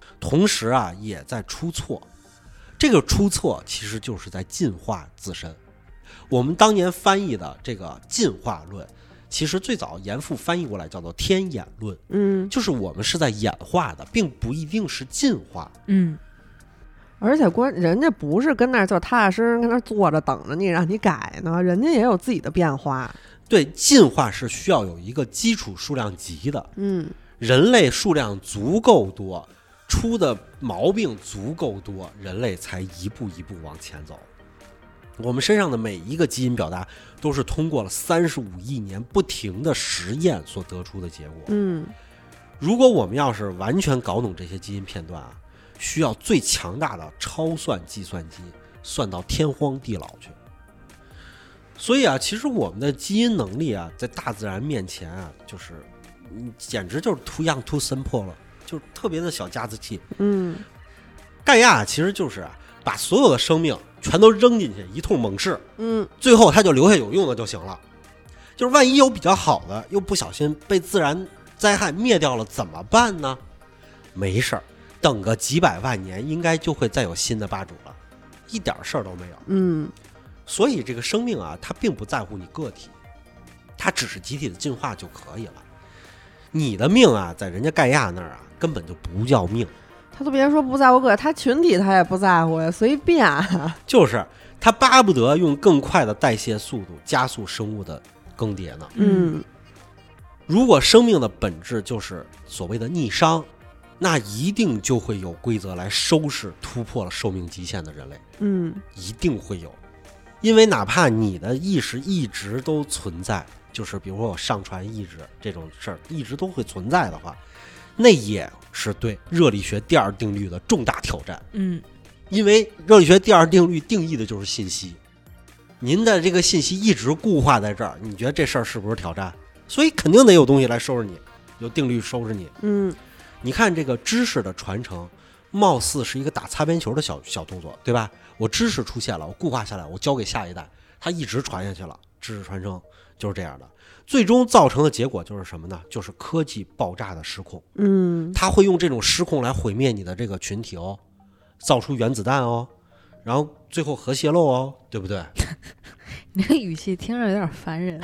同时啊也在出错。这个出错其实就是在进化自身。我们当年翻译的这个进化论，其实最早严复翻译过来叫做天演论， 嗯， 就是我们是在演化的，并不一定是进化。 嗯， 而且关人家不是跟那儿就踏踏实实跟那儿坐着等着你让你改呢，人家也有自己的变化。 对，进化是需要有一个基础数量级的， 嗯， 人类数量足够多，出的毛病足够多，人类才一步一步往前走。我们身上的每一个基因表达都是通过了三十五亿年不停的实验所得出的结果。 嗯， 如果我们要是完全搞懂这些基因片段啊，需要最强大的超算计算机，算到天荒地老去。所以啊，其实我们的基因能力啊，在大自然面前啊，就是简直就是 too young too simple 了，就是特别的小家子气。 嗯， 盖亚其实就是啊，把所有的生命全都扔进去，一通猛试， 嗯， 最后他就留下有用的就行了。就是万一有比较好的，又不小心被自然灾害灭掉了，怎么办呢？没事儿，等个几百万年，应该就会再有新的霸主了，一点事儿都没有。 嗯， 所以这个生命啊，它并不在乎你个体，它只是集体的进化就可以了。你的命啊，在人家盖亚那儿啊，根本就不叫命。 他都别说不在乎个，他群体他也不在乎呀，随便。 就是他巴不得用更快的代谢速度加速生物的更迭呢。 嗯， 如果生命的本质就是所谓的逆商，那一定就会有规则来收拾突破了寿命极限的人类。 嗯， 一定会有，因为哪怕你的意识一直都存在，就是比如说我上传意志这种事儿一直都会存在的话，那也是对热力学第二定律的重大挑战。 嗯， 因为热力学第二定律定义的就是信息，您的这个信息一直固化在这儿，你觉得这事儿是不是挑战？所以肯定得有东西来收拾你，有定律收拾你。 嗯， 你看这个知识的传承，貌似是一个打擦边球的小小动作，对吧？我知识出现了，我固化下来，我交给下一代，它一直传下去了。知识传承就是这样的，最终造成的结果就是什么呢？就是科技爆炸的失控。 嗯， 它会用这种失控来毁灭你的这个群体哦，造出原子弹哦，然后最后核泄漏哦，对不对？ 你这语气听着有点烦人。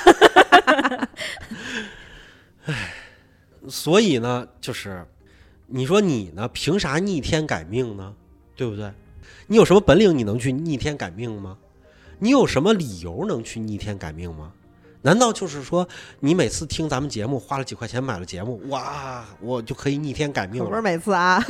唉，所以呢，就是你说你呢，凭啥逆天改命呢？对不对？你有什么本领你能去逆天改命吗？你有什么理由能去逆天改命吗？难道就是说你每次听咱们节目花了几块钱买了节目，哇，我就可以逆天改命了？ 不是每次啊。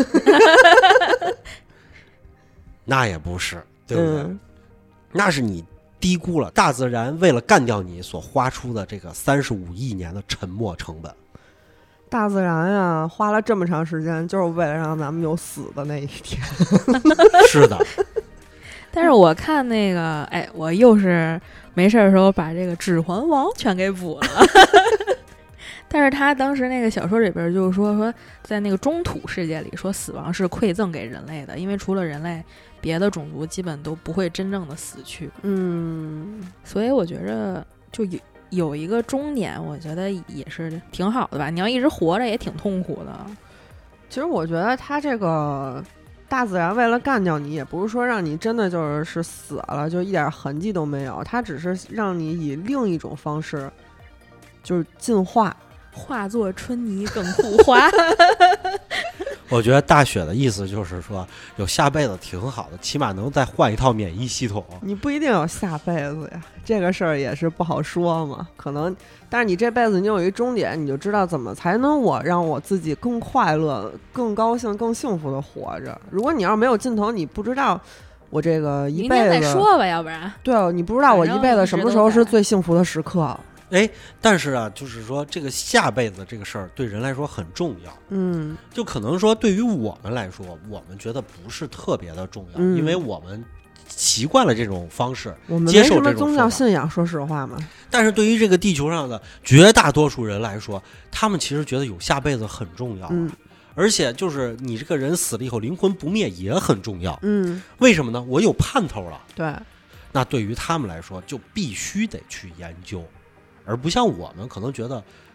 那也不是，对不对？ 嗯， 那是你低估了大自然为了干掉你所花出的这个三十五亿年的沉没成本。 大自然呀，花了这么长时间，就是为了让咱们有死的那一天。 是的。 但是我看那个，哎，我又是没事的时候把这个《指环王》全给补了。但是他当时那个小说里边就是说说，在那个中土世界里，说死亡是馈赠给人类的，因为除了人类，别的种族基本都不会真正的死去。 嗯， 所以我觉着就有有一个终点，我觉得也是挺好的吧。你要一直活着也挺痛苦的。 其实我觉得他这个大自然为了干掉你，也不是说让你真的就是是死了，就一点痕迹都没有，他只是让你以另一种方式，就是进化。 化作春泥更护花。 我觉得大雪的意思就是说，有下辈子挺好的，起码能再换一套免疫系统。 你不一定有下辈子呀，这个事儿也是不好说嘛。可能，但是你这辈子你有一终点，你就知道怎么才能我让我自己更快乐、更高兴、更幸福的活着。如果你要是没有尽头，你不知道我这个一辈子， 明天再说吧，要不然对，你不知道我一辈子什么时候是最幸福的时刻。 哎，但是啊，就是说这个下辈子这个事儿对人来说很重要。 嗯， 就可能说对于我们来说，我们觉得不是特别的重要， 嗯、 因为我们习惯了这种方式， 我们接受这种没什么宗教信仰，说实话嘛。 但是对于这个地球上的绝大多数人来说，他们其实觉得有下辈子很重要、啊嗯， 而且就是你这个人死了以后灵魂不灭也很重要。 嗯， 为什么呢？我有盼头了。 对， 那对于他们来说，就必须得去研究。而不像我们可能觉得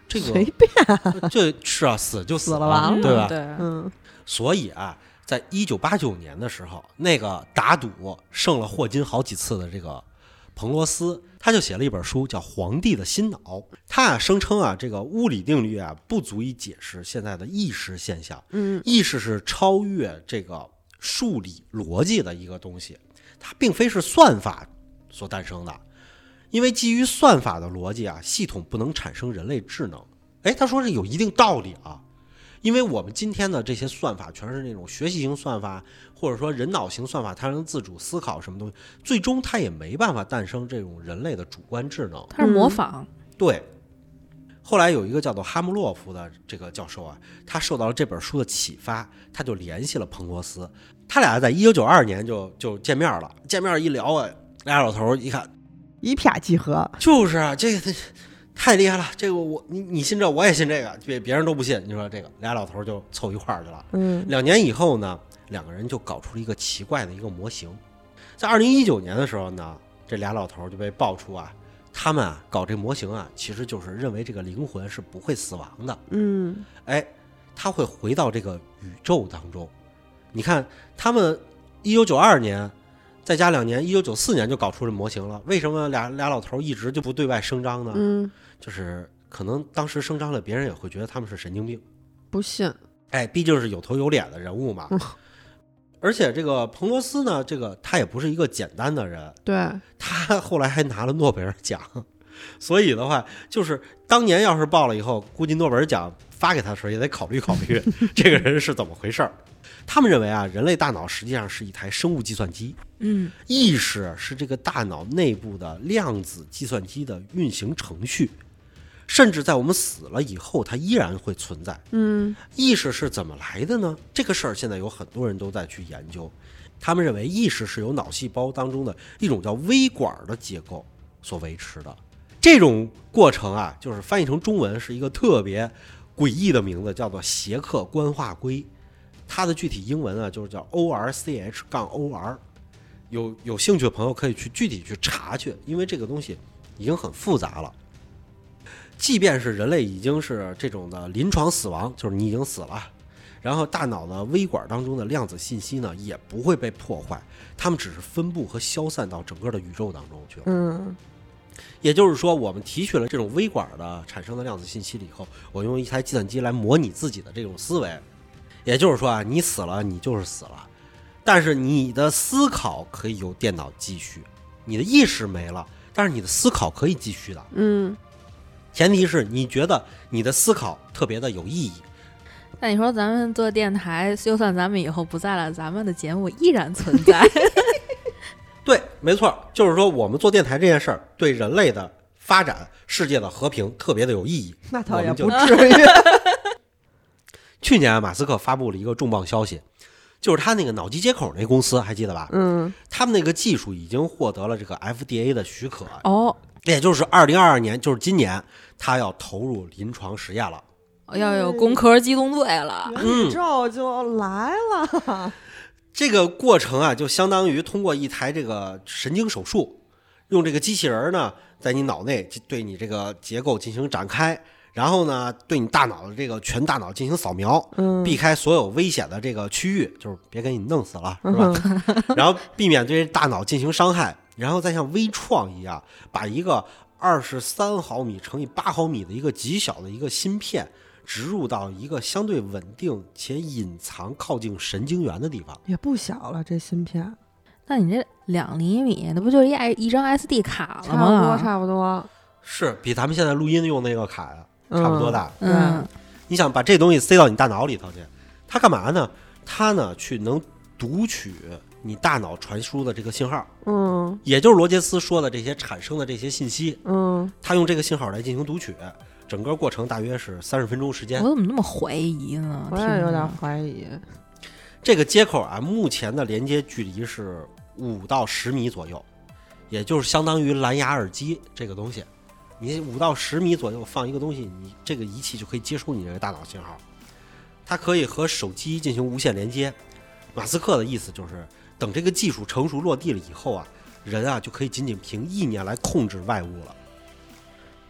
这个随便， 这是啊，死就死死了完了对吧？ 对， 嗯所以啊，在一九八九年的时候，那个打赌胜了霍金好几次的这个彭罗斯，他就写了一本书，叫《皇帝的新脑》。他啊声称啊，这个物理定律啊不足以解释现在的意识现象， 嗯意识是超越这个数理逻辑的一个东西，它并非是算法所诞生的。因为基于算法的逻辑啊，系统不能产生人类智能。哎，他说这有一定道理啊，因为我们今天的这些算法全是那种学习型算法，或者说人脑型算法，它能自主思考什么东西，最终它也没办法诞生这种人类的主观智能。 它是模仿。 对。后来有一个叫做哈姆洛夫的这个教授啊，他受到了这本书的启发，他就联系了彭罗斯，他俩在一九九二年就就见面了。见面一聊啊，俩老头一看， 一拍即合， 就是啊，这个太厉害了，这个我你你信这，我也信这个，别别人都不信。你说这个俩老头就凑一块儿去了。 嗯， 两年以后呢，两个人就搞出了一个奇怪的一个模型。在二零一九年的时候呢，这俩老头就被爆出啊，他们啊搞这模型啊，其实就是认为这个灵魂是不会死亡的。 嗯， 哎，他会回到这个宇宙当中。你看他们一九九二年。再加两年，一九九四年就搞出这模型了。为什么俩俩老头一直就不对外声张呢？ 嗯， 就是可能当时声张了，别人也会觉得他们是神经病， 不信。 哎，毕竟是有头有脸的人物嘛。 嗯、 而且这个彭罗斯呢，这个他也不是一个简单的人， 对， 他后来还拿了诺贝尔奖。所以的话，就是当年要是报了以后，估计诺贝尔奖发给他的时候也得考虑考虑这个人是怎么回事。他们认为啊，人类大脑实际上是一台生物计算机， 嗯， 意识是这个大脑内部的量子计算机的运行程序，甚至在我们死了以后，它依然会存在。 嗯， 意识是怎么来的呢？这个事儿现在有很多人都在去研究。他们认为意识是由脑细胞当中的一种叫微管的结构所维持的。这种过程啊，就是翻译成中文是一个特别诡异的名字，叫做协克官化硅。它的具体英文啊，就是叫 O R C H 杠 O R。有有兴趣的朋友可以去具体去查去，因为这个东西已经很复杂了。即便是人类已经是这种的临床死亡，就是你已经死了，然后大脑的微管当中的量子信息呢也不会被破坏，它们只是分布和消散到整个的宇宙当中去了。 嗯， 也就是说，我们提取了这种微管的产生的量子信息了以后，我用一台计算机来模拟自己的这种思维。也就是说啊，你死了，你就是死了，但是你的思考可以由电脑继续，你的意识没了，但是你的思考可以继续的。 嗯， 前提是你觉得你的思考特别的有意义。 那你说咱们做电台，就算咱们以后不在了，咱们的节目依然存在。 对，没错，就是说我们做电台这件事儿对人类的发展、世界的和平特别的有意义。 那倒也不至于。 去年马斯克发布了一个重磅消息，就是他那个脑机接口那公司，还记得吧？ 嗯， 他们那个技术已经获得了这个 F D A 的许可。 哦， 也就是二零二二年，就是今年，他要投入临床实验了， 要有工科机动队了， 元宇宙就来了。 这个过程啊，就相当于通过一台这个神经手术，用这个机器人呢，在你脑内对你这个结构进行展开。然后呢，对你大脑的这个全大脑进行扫描， 嗯， 避开所有危险的这个区域，就是别给你弄死了，是吧？嗯、然后避免对大脑进行伤害，然后再像微创一样，把一个二十三毫米乘以八毫米的一个极小的一个芯片植入到一个相对稳定且隐藏靠近神经元的地方。 也不小了，这芯片。 那你这两厘米，那不就是一一张 S D 卡了吗？ 差不多，差不多， 是比咱们现在录音用那个卡呀。差不多大。 嗯， 嗯， 你想把这东西塞到你大脑里头去，它干嘛呢？它呢去能读取你大脑传输的这个信号， 嗯， 也就是罗杰斯说的这些产生的这些信息， 嗯， 它用这个信号来进行读取，整个过程大约是三十分钟时间。 我怎么那么怀疑呢？ 我也有点怀疑。 这个接口啊，目前的连接距离是五到十米左右，也就是相当于蓝牙耳机这个东西。你五到十米左右放一个东西，你这个仪器就可以接收你这个大脑信号，它可以和手机进行无线连接。马斯克的意思就是，等这个技术成熟落地了以后啊，人啊就可以仅仅凭意念来控制外物了。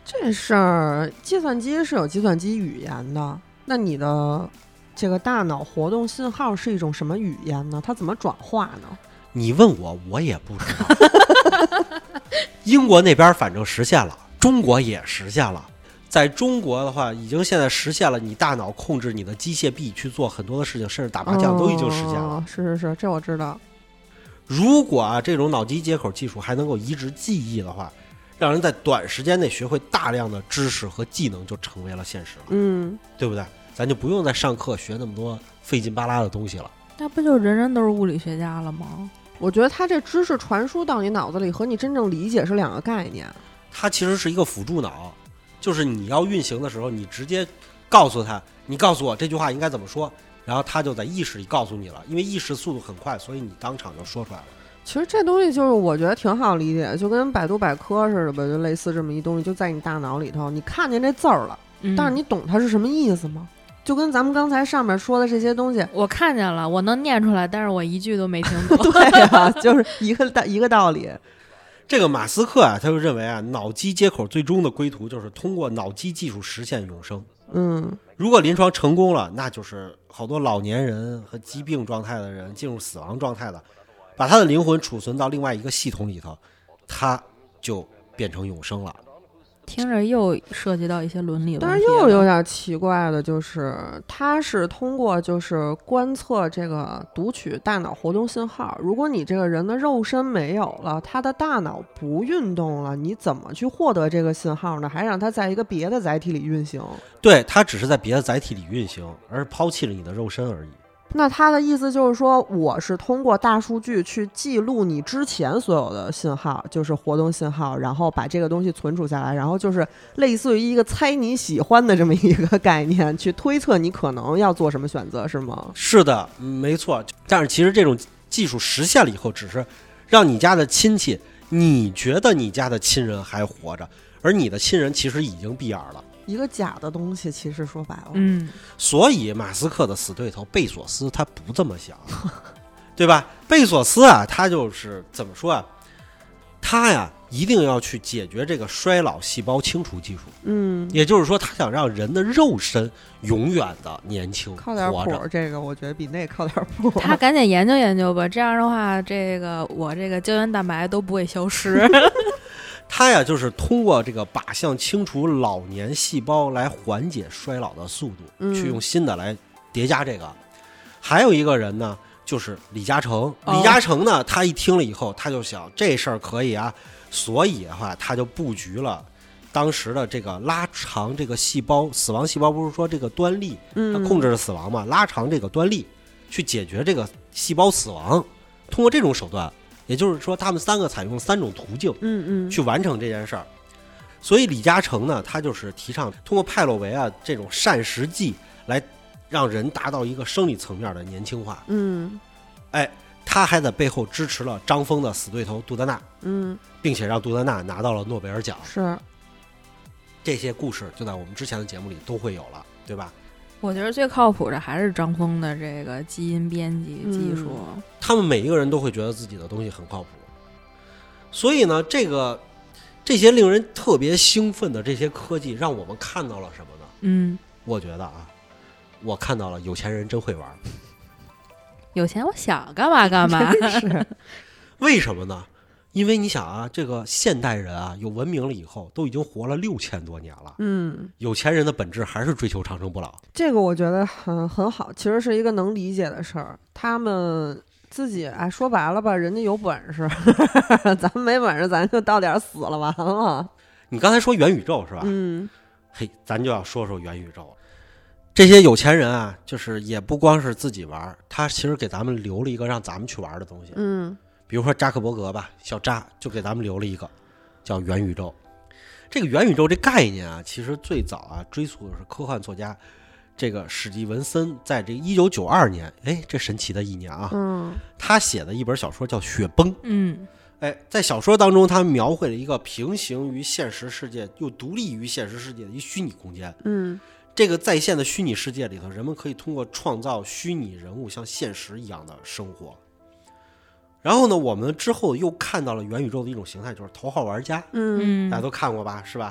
这事儿计算机是有计算机语言的，那你的这个大脑活动信号是一种什么语言呢？它怎么转化呢？ 你问我，我也不知道。英国那边反正实现了，中国也实现了。在中国的话，已经现在实现了你大脑控制你的机械臂去做很多的事情，甚至打麻将都已经实现了。 哦、是是是，这我知道。 如果啊这种脑机接口技术还能够移植记忆的话，让人在短时间内学会大量的知识和技能，就成为了现实了。 嗯， 对不对？咱就不用再上课学那么多费劲巴拉的东西了。 那不就人人都是物理学家了吗？ 我觉得它这知识传输到你脑子里和你真正理解是两个概念。 它其实是一个辅助脑，就是你要运行的时候，你直接告诉他，你告诉我这句话应该怎么说，然后他就在意识里告诉你了。因为意识速度很快，所以你当场就说出来了。 其实这东西就是我觉得挺好理解，就跟百度百科似的吧，就类似这么一东西，就在你大脑里头，你看见这字儿了， 嗯、 但是你懂它是什么意思吗？就跟咱们刚才上面说的这些东西， 我看见了，我能念出来，但是我一句都没听懂。 对啊，就是一个道一个道理。 这个马斯克啊，他就认为啊，脑机接口最终的归途就是通过脑机技术实现永生。 嗯， 如果临床成功了，那就是好多老年人和疾病状态的人进入死亡状态的，把他的灵魂储存到另外一个系统里头，他就变成永生了。 听着又涉及到一些伦理问题， 但是又有点奇怪的就是，它是通过就是观测这个读取大脑活动信号。如果你这个人的肉身没有了，他的大脑不运动了，你怎么去获得这个信号呢？还让它在一个别的载体里运行？ 对，它只是在别的载体里运行，而抛弃了你的肉身而已。 那他的意思就是说，我是通过大数据去记录你之前所有的信号，就是活动信号，然后把这个东西存储下来，然后就是类似于一个猜你喜欢的这么一个概念，去推测你可能要做什么选择，是吗？ 是的，没错。但是其实这种技术实现了以后，只是让你家的亲戚，你觉得你家的亲人还活着，而你的亲人其实已经闭眼了。 一个假的东西，其实说白了， 嗯， 所以马斯克的死对头贝索斯他不这么想，对吧？贝索斯啊，他就是怎么说啊？他呀，一定要去解决这个衰老细胞清除技术。 嗯， 也就是说，他想让人的肉身永远的年轻， 靠点谱，这个我觉得比那靠点谱。 他赶紧研究研究吧，这样的话，这个我这个胶原蛋白都不会消失。 他呀，就是通过这个靶向清除老年细胞来缓解衰老的速度， 嗯、 去用新的来叠加这个。还有一个人呢，就是李嘉诚。李嘉诚呢，他一听了以后，他就想这事儿可以啊，所以的话，他就布局了当时的这个拉长这个细胞死亡细胞，不是说这个端粒，它控制着死亡嘛， 嗯、 拉长这个端粒，去解决这个细胞死亡。通过这种手段。也就是说，他们三个采用三种途径， 嗯嗯， 去完成这件事儿。所以李嘉诚呢，他就是提倡通过派洛维啊这种膳食剂来让人达到一个生理层面的年轻化。 嗯， 哎，他还在背后支持了张峰的死对头杜德纳， 嗯， 并且让杜德纳拿到了诺贝尔奖。 是， 这些故事就在我们之前的节目里都会有了，对吧？ 我觉得最靠谱的还是张峰的这个基因编辑技术、 嗯、 他们每一个人都会觉得自己的东西很靠谱，所以呢这个这些令人特别兴奋的这些科技让我们看到了什么呢？ 嗯， 我觉得啊，我看到了有钱人真会玩。 有钱我想干嘛干嘛。 是为什么呢？因为你想啊，这个现代人啊，有文明了以后，都已经活了六千多年了。 嗯， 有钱人的本质还是追求长生不老。 这个我觉得很很好，其实是一个能理解的事儿。他们自己哎，说白了吧，人家有本事，咱们没本事，咱就到点死了，完了。 你刚才说元宇宙是吧？ 嗯， 嘿，咱就要说说元宇宙。这些有钱人啊，就是也不光是自己玩，他其实给咱们留了一个让咱们去玩的东西。 嗯。 比如说扎克伯格吧，小扎就给咱们留了一个叫元宇宙。这个元宇宙这概念啊，其实最早啊追溯的是科幻作家这个史蒂文森在这一九九二年，哎，这神奇的一年啊， 嗯， 他写的一本小说叫《雪崩》。 嗯， 哎，在小说当中，他描绘了一个平行于现实世界又独立于现实世界的一虚拟空间。 嗯， 这个在线的虚拟世界里头，人们可以通过创造虚拟人物像现实一样的生活。然后呢，我们之后又看到了元宇宙的一种形态，就是头号玩家。 嗯， 大家都看过吧，是吧？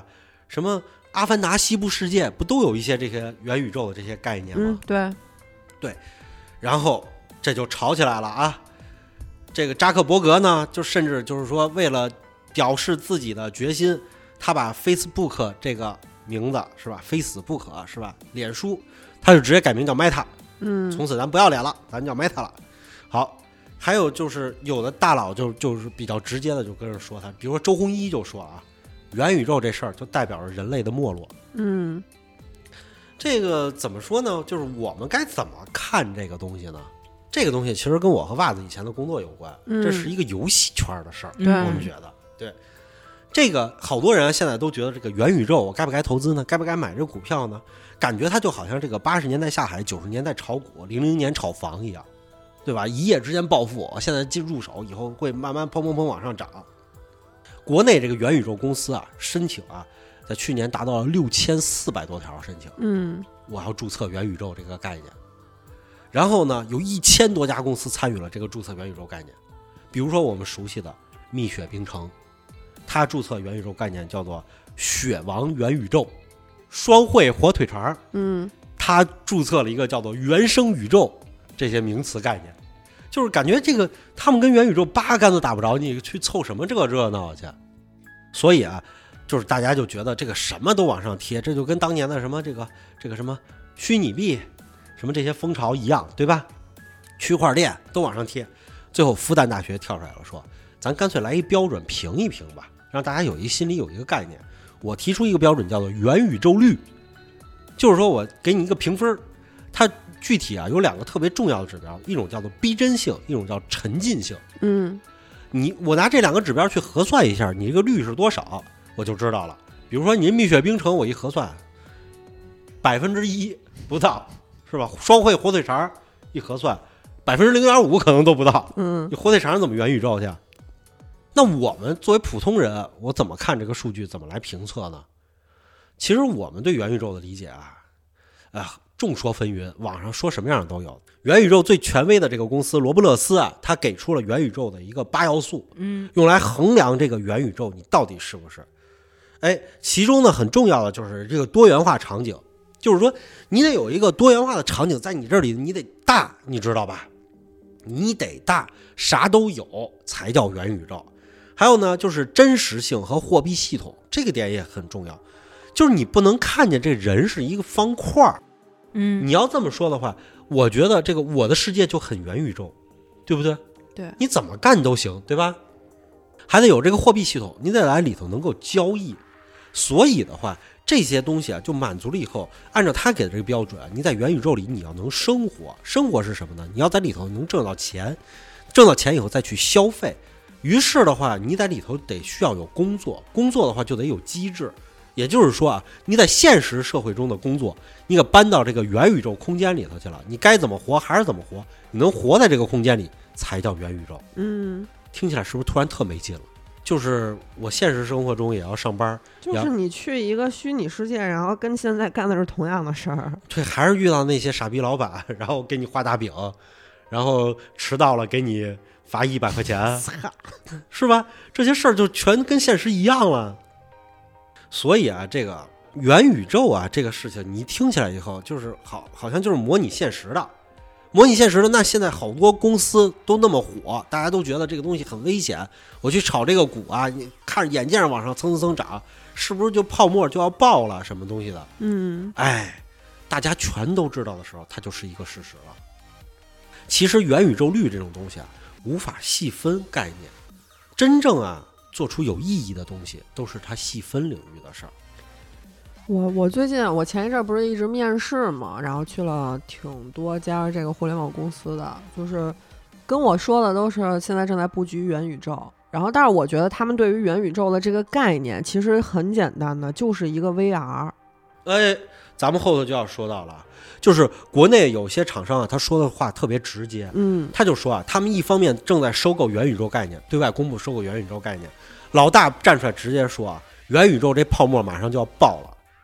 什么阿凡达西部世界不都有一些这些元宇宙的这些概念吗？ 嗯，对对，然后这就吵起来了啊。这个扎克伯格呢，就甚至就是说为了表示自己的决心，他把 Facebook 这个名字是吧，非死不可是吧，脸书他就直接改名叫 Meta， 嗯， 从此咱不要脸了，咱叫 Meta 了。好，还有就是有的大佬就就是比较直接的就跟人说他，比如说周鸿祎就说啊，元宇宙这事儿就代表着人类的没落。 嗯， 这个怎么说呢？就是我们该怎么看这个东西呢？这个东西其实跟我和袜子以前的工作有关， 嗯、 这是一个游戏圈的事儿。 对， 我们觉得，对这个好多人现在都觉得这个元宇宙，我该不该投资呢？该不该买这个股票呢？感觉它就好像这个八十年代下海，九十年代炒股，零零年炒房一样，对吧？一夜之间暴富，现在进入手以后会慢慢砰砰砰往上涨。国内这个元宇宙公司啊，申请啊，在去年达到了六千四百多条申请。 嗯， 我要注册元宇宙这个概念。然后呢，有一千多家公司参与了这个注册元宇宙概念，比如说我们熟悉的蜜雪冰城，它注册元宇宙概念叫做雪王元宇宙；双汇火腿肠， 嗯， 它注册了一个叫做原生宇宙，这些名词概念，就是感觉这个他们跟元宇宙八竿子打不着，你去凑什么这个热闹去？所以啊，就是大家就觉得这个什么都往上贴，这就跟当年的什么这个这个什么虚拟币。什么这些风潮一样，对吧？区块链都往上贴，最后复旦大学跳出来了，说咱干脆来一标准评一评吧，让大家有一心里有一个概念。我提出一个标准叫做元宇宙率，就是说我给你一个评分，它具体啊有两个特别重要的指标，一种叫做逼真性，一种叫沉浸性。 嗯， 你我拿这两个指标去核算一下，你这个率是多少，我就知道了。比如说您蜜雪冰城，我一核算，百分之一不到。是吧？双汇火腿肠一核算，百分之零点五可能都不到。 嗯， 你火腿肠怎么元宇宙去？那我们作为普通人，我怎么看这个数据？怎么来评测呢？其实我们对元宇宙的理解啊，啊，众说纷纭，网上说什么样的都有。元宇宙最权威的这个公司罗布勒斯啊，他给出了元宇宙的一个八要素， 嗯， 用来衡量这个元宇宙你到底是不是。哎，其中呢很重要的就是这个多元化场景。就是说，你得有一个多元化的场景在你这里，你得大，你知道吧？你得大，啥都有才叫元宇宙。还有呢，就是真实性和货币系统，这个点也很重要。就是你不能看见这人是一个方块， 嗯， 你要这么说的话，我觉得这个我的世界就很元宇宙，对不对？ 对， 你怎么干都行，对吧？还得有这个货币系统，你得来里头能够交易。所以的话，这些东西啊，就满足了以后，按照他给的这个标准，你在元宇宙里你要能生活，生活是什么呢？你要在里头能挣到钱，挣到钱以后再去消费。于是的话，你在里头得需要有工作，工作的话就得有机制。也就是说啊，你在现实社会中的工作，你给搬到这个元宇宙空间里头去了，你该怎么活还是怎么活，你能活在这个空间里才叫元宇宙。 嗯， 听起来是不是突然特没劲了？就是我现实生活中也要上班， 就是你去一个虚拟世界，然后跟现在干的是同样的事儿。 对，还是遇到那些傻逼老板，然后给你画大饼，然后迟到了给你罚一百块钱，是吧？这些事儿就全跟现实一样了。所以啊，这个元宇宙啊，这个事情你一听起来以后，就是好，好像就是模拟现实的。模拟现实的，那现在好多公司都那么火，大家都觉得这个东西很危险。我去炒这个股啊，你看眼见着往上蹭蹭蹭涨，是不是就泡沫就要爆了？什么东西的？ 嗯， 哎，大家全都知道的时候，它就是一个事实了。其实元宇宙率这种东西啊，无法细分概念，真正啊做出有意义的东西，都是它细分领域的事儿。 我我最近我前一阵不是一直面试嘛，然后去了挺多家这个互联网公司的，就是跟我说的都是现在正在布局元宇宙。然后但是我觉得他们对于元宇宙的这个概念其实很简单的，就是一个 V R。 哎，咱们后头就要说到了，就是国内有些厂商啊，他说的话特别直接， 嗯， 他就说啊，他们一方面正在收购元宇宙概念，对外公布收购元宇宙概念，老大站出来直接说啊，元宇宙这泡沫马上就要爆了。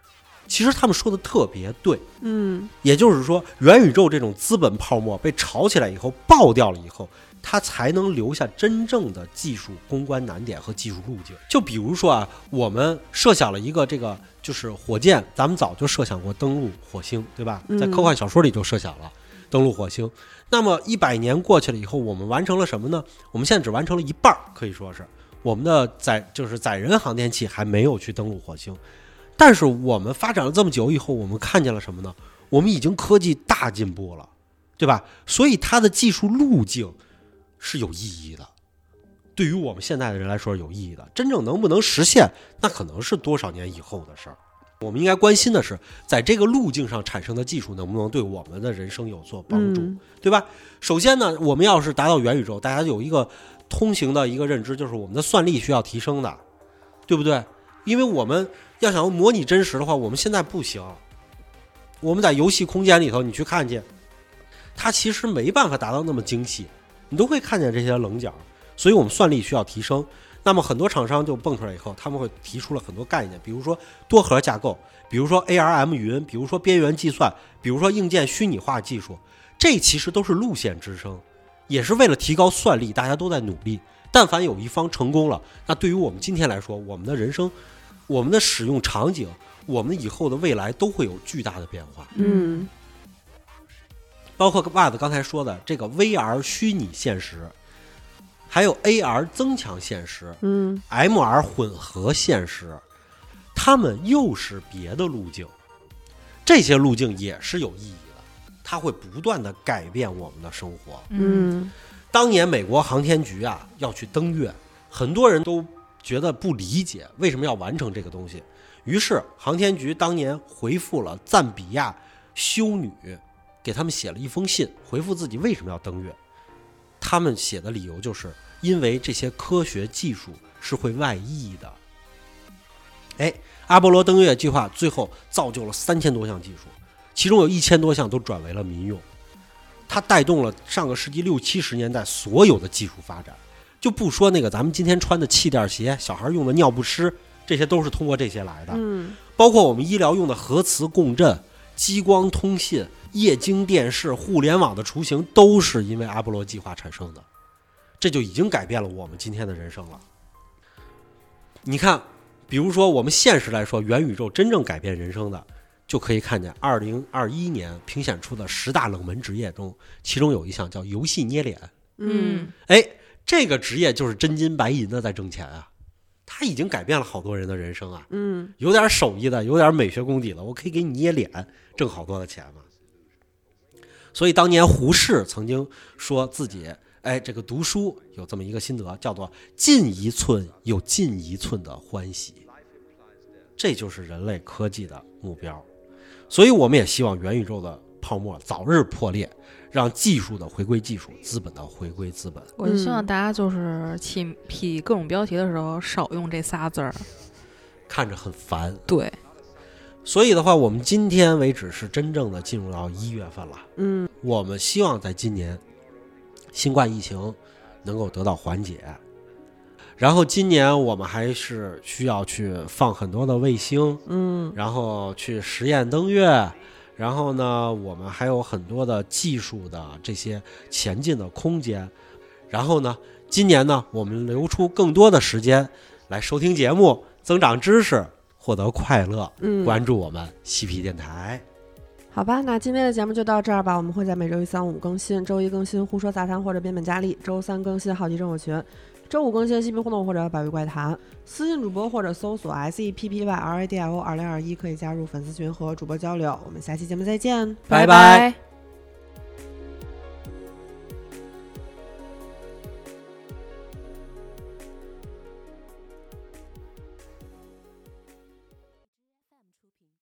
其实他们说的特别对， 嗯， 也就是说，元宇宙这种资本泡沫被炒起来以后，爆掉了以后，它才能留下真正的技术攻关难点和技术路径。就比如说啊，我们设想了一个这个就是火箭，咱们早就设想过登陆火星，对吧？在科幻小说里就设想了登陆火星。那么一百年过去了以后，我们完成了什么呢？我们现在只完成了一半，可以说是我们的载就是载人航天器还没有去登陆火星。但是我们发展了这么久以后，我们看见了什么呢？我们已经科技大进步了，对吧？所以它的技术路径是有意义的，对于我们现在的人来说是有意义的。真正能不能实现，那可能是多少年以后的事儿。我们应该关心的是，在这个路径上产生的技术能不能对我们的人生有所帮助， 嗯、 对吧？首先呢，我们要是达到元宇宙，大家有一个通行的一个认知，就是我们的算力需要提升的，对不对？因为我们要想要模拟真实的话，我们现在不行。我们在游戏空间里头，你去看见，它其实没办法达到那么精细，你都会看见这些棱角，所以我们算力需要提升。那么很多厂商就蹦出来以后，他们会提出了很多概念，比如说多核架构，比如说 A R M 云，比如说边缘计算，比如说硬件虚拟化技术，这其实都是路线之声，也是为了提高算力，大家都在努力。但凡有一方成功了，那对于我们今天来说，我们的人生，我们的使用场景，我们以后的未来都会有巨大的变化。 嗯， 包括袜子刚才说的这个 V R 虚拟现实，还有 A R 增强现实， 嗯 ，M R 混合现实，它们又是别的路径，这些路径也是有意义的，它会不断的改变我们的生活。 嗯， 当年美国航天局啊要去登月，很多人都觉得不理解为什么要完成这个东西，于是航天局当年回复了赞比亚修女，给他们写了一封信，回复自己为什么要登月。他们写的理由就是因为这些科学技术是会外溢的。哎，阿波罗登月计划最后造就了三千多项技术，其中有一千多项都转为了民用，它带动了上个世纪六七十年代所有的技术发展。就不说那个咱们今天穿的气垫鞋，小孩用的尿不湿，这些都是通过这些来的。 嗯， 包括我们医疗用的核磁共振、激光通信、液晶电视、互联网的雏形，都是因为阿波罗计划产生的。这就已经改变了我们今天的人生了。你看，比如说我们现实来说，元宇宙真正改变人生的，就可以看见二零二一年评选出的十大冷门职业中，其中有一项叫游戏捏脸。 嗯， 哎，这个职业就是真金白银的在挣钱啊，它已经改变了好多人的人生啊。 嗯， 有点手艺的，有点美学功底的，我可以给你捏脸，挣好多的钱嘛。所以当年胡适曾经说自己，哎，这个读书有这么一个心得，叫做进一寸有进一寸的欢喜，这就是人类科技的目标。所以我们也希望元宇宙的泡沫早日破裂，让技术的回归技术，资本的回归资本。 我就希望大家就是起批各种标题的时候少用这仨字儿， 看着很烦。 对， 所以的话，我们今天为止是真正的进入到一月份了。 嗯， 我们希望在今年新冠疫情能够得到缓解，然后今年我们还是需要去放很多的卫星， 嗯， 然后去实验登月，然后呢，我们还有很多的技术的这些前进的空间。然后呢，今年呢，我们留出更多的时间来收听节目，增长知识，获得快乐。 嗯， 关注我们嬉皮电台。 好吧，那今天的节目就到这儿吧。我们会在每周一、三、五更新，周一更新胡说杂谈或者变本加厉，周三更新好奇生活群，周五更新嬉皮互动或者百味怪谈。私信主播或者搜索 S E P P Y R A D I O 二零二一可以加入粉丝群和主播交流。我们下期节目再见， 拜拜。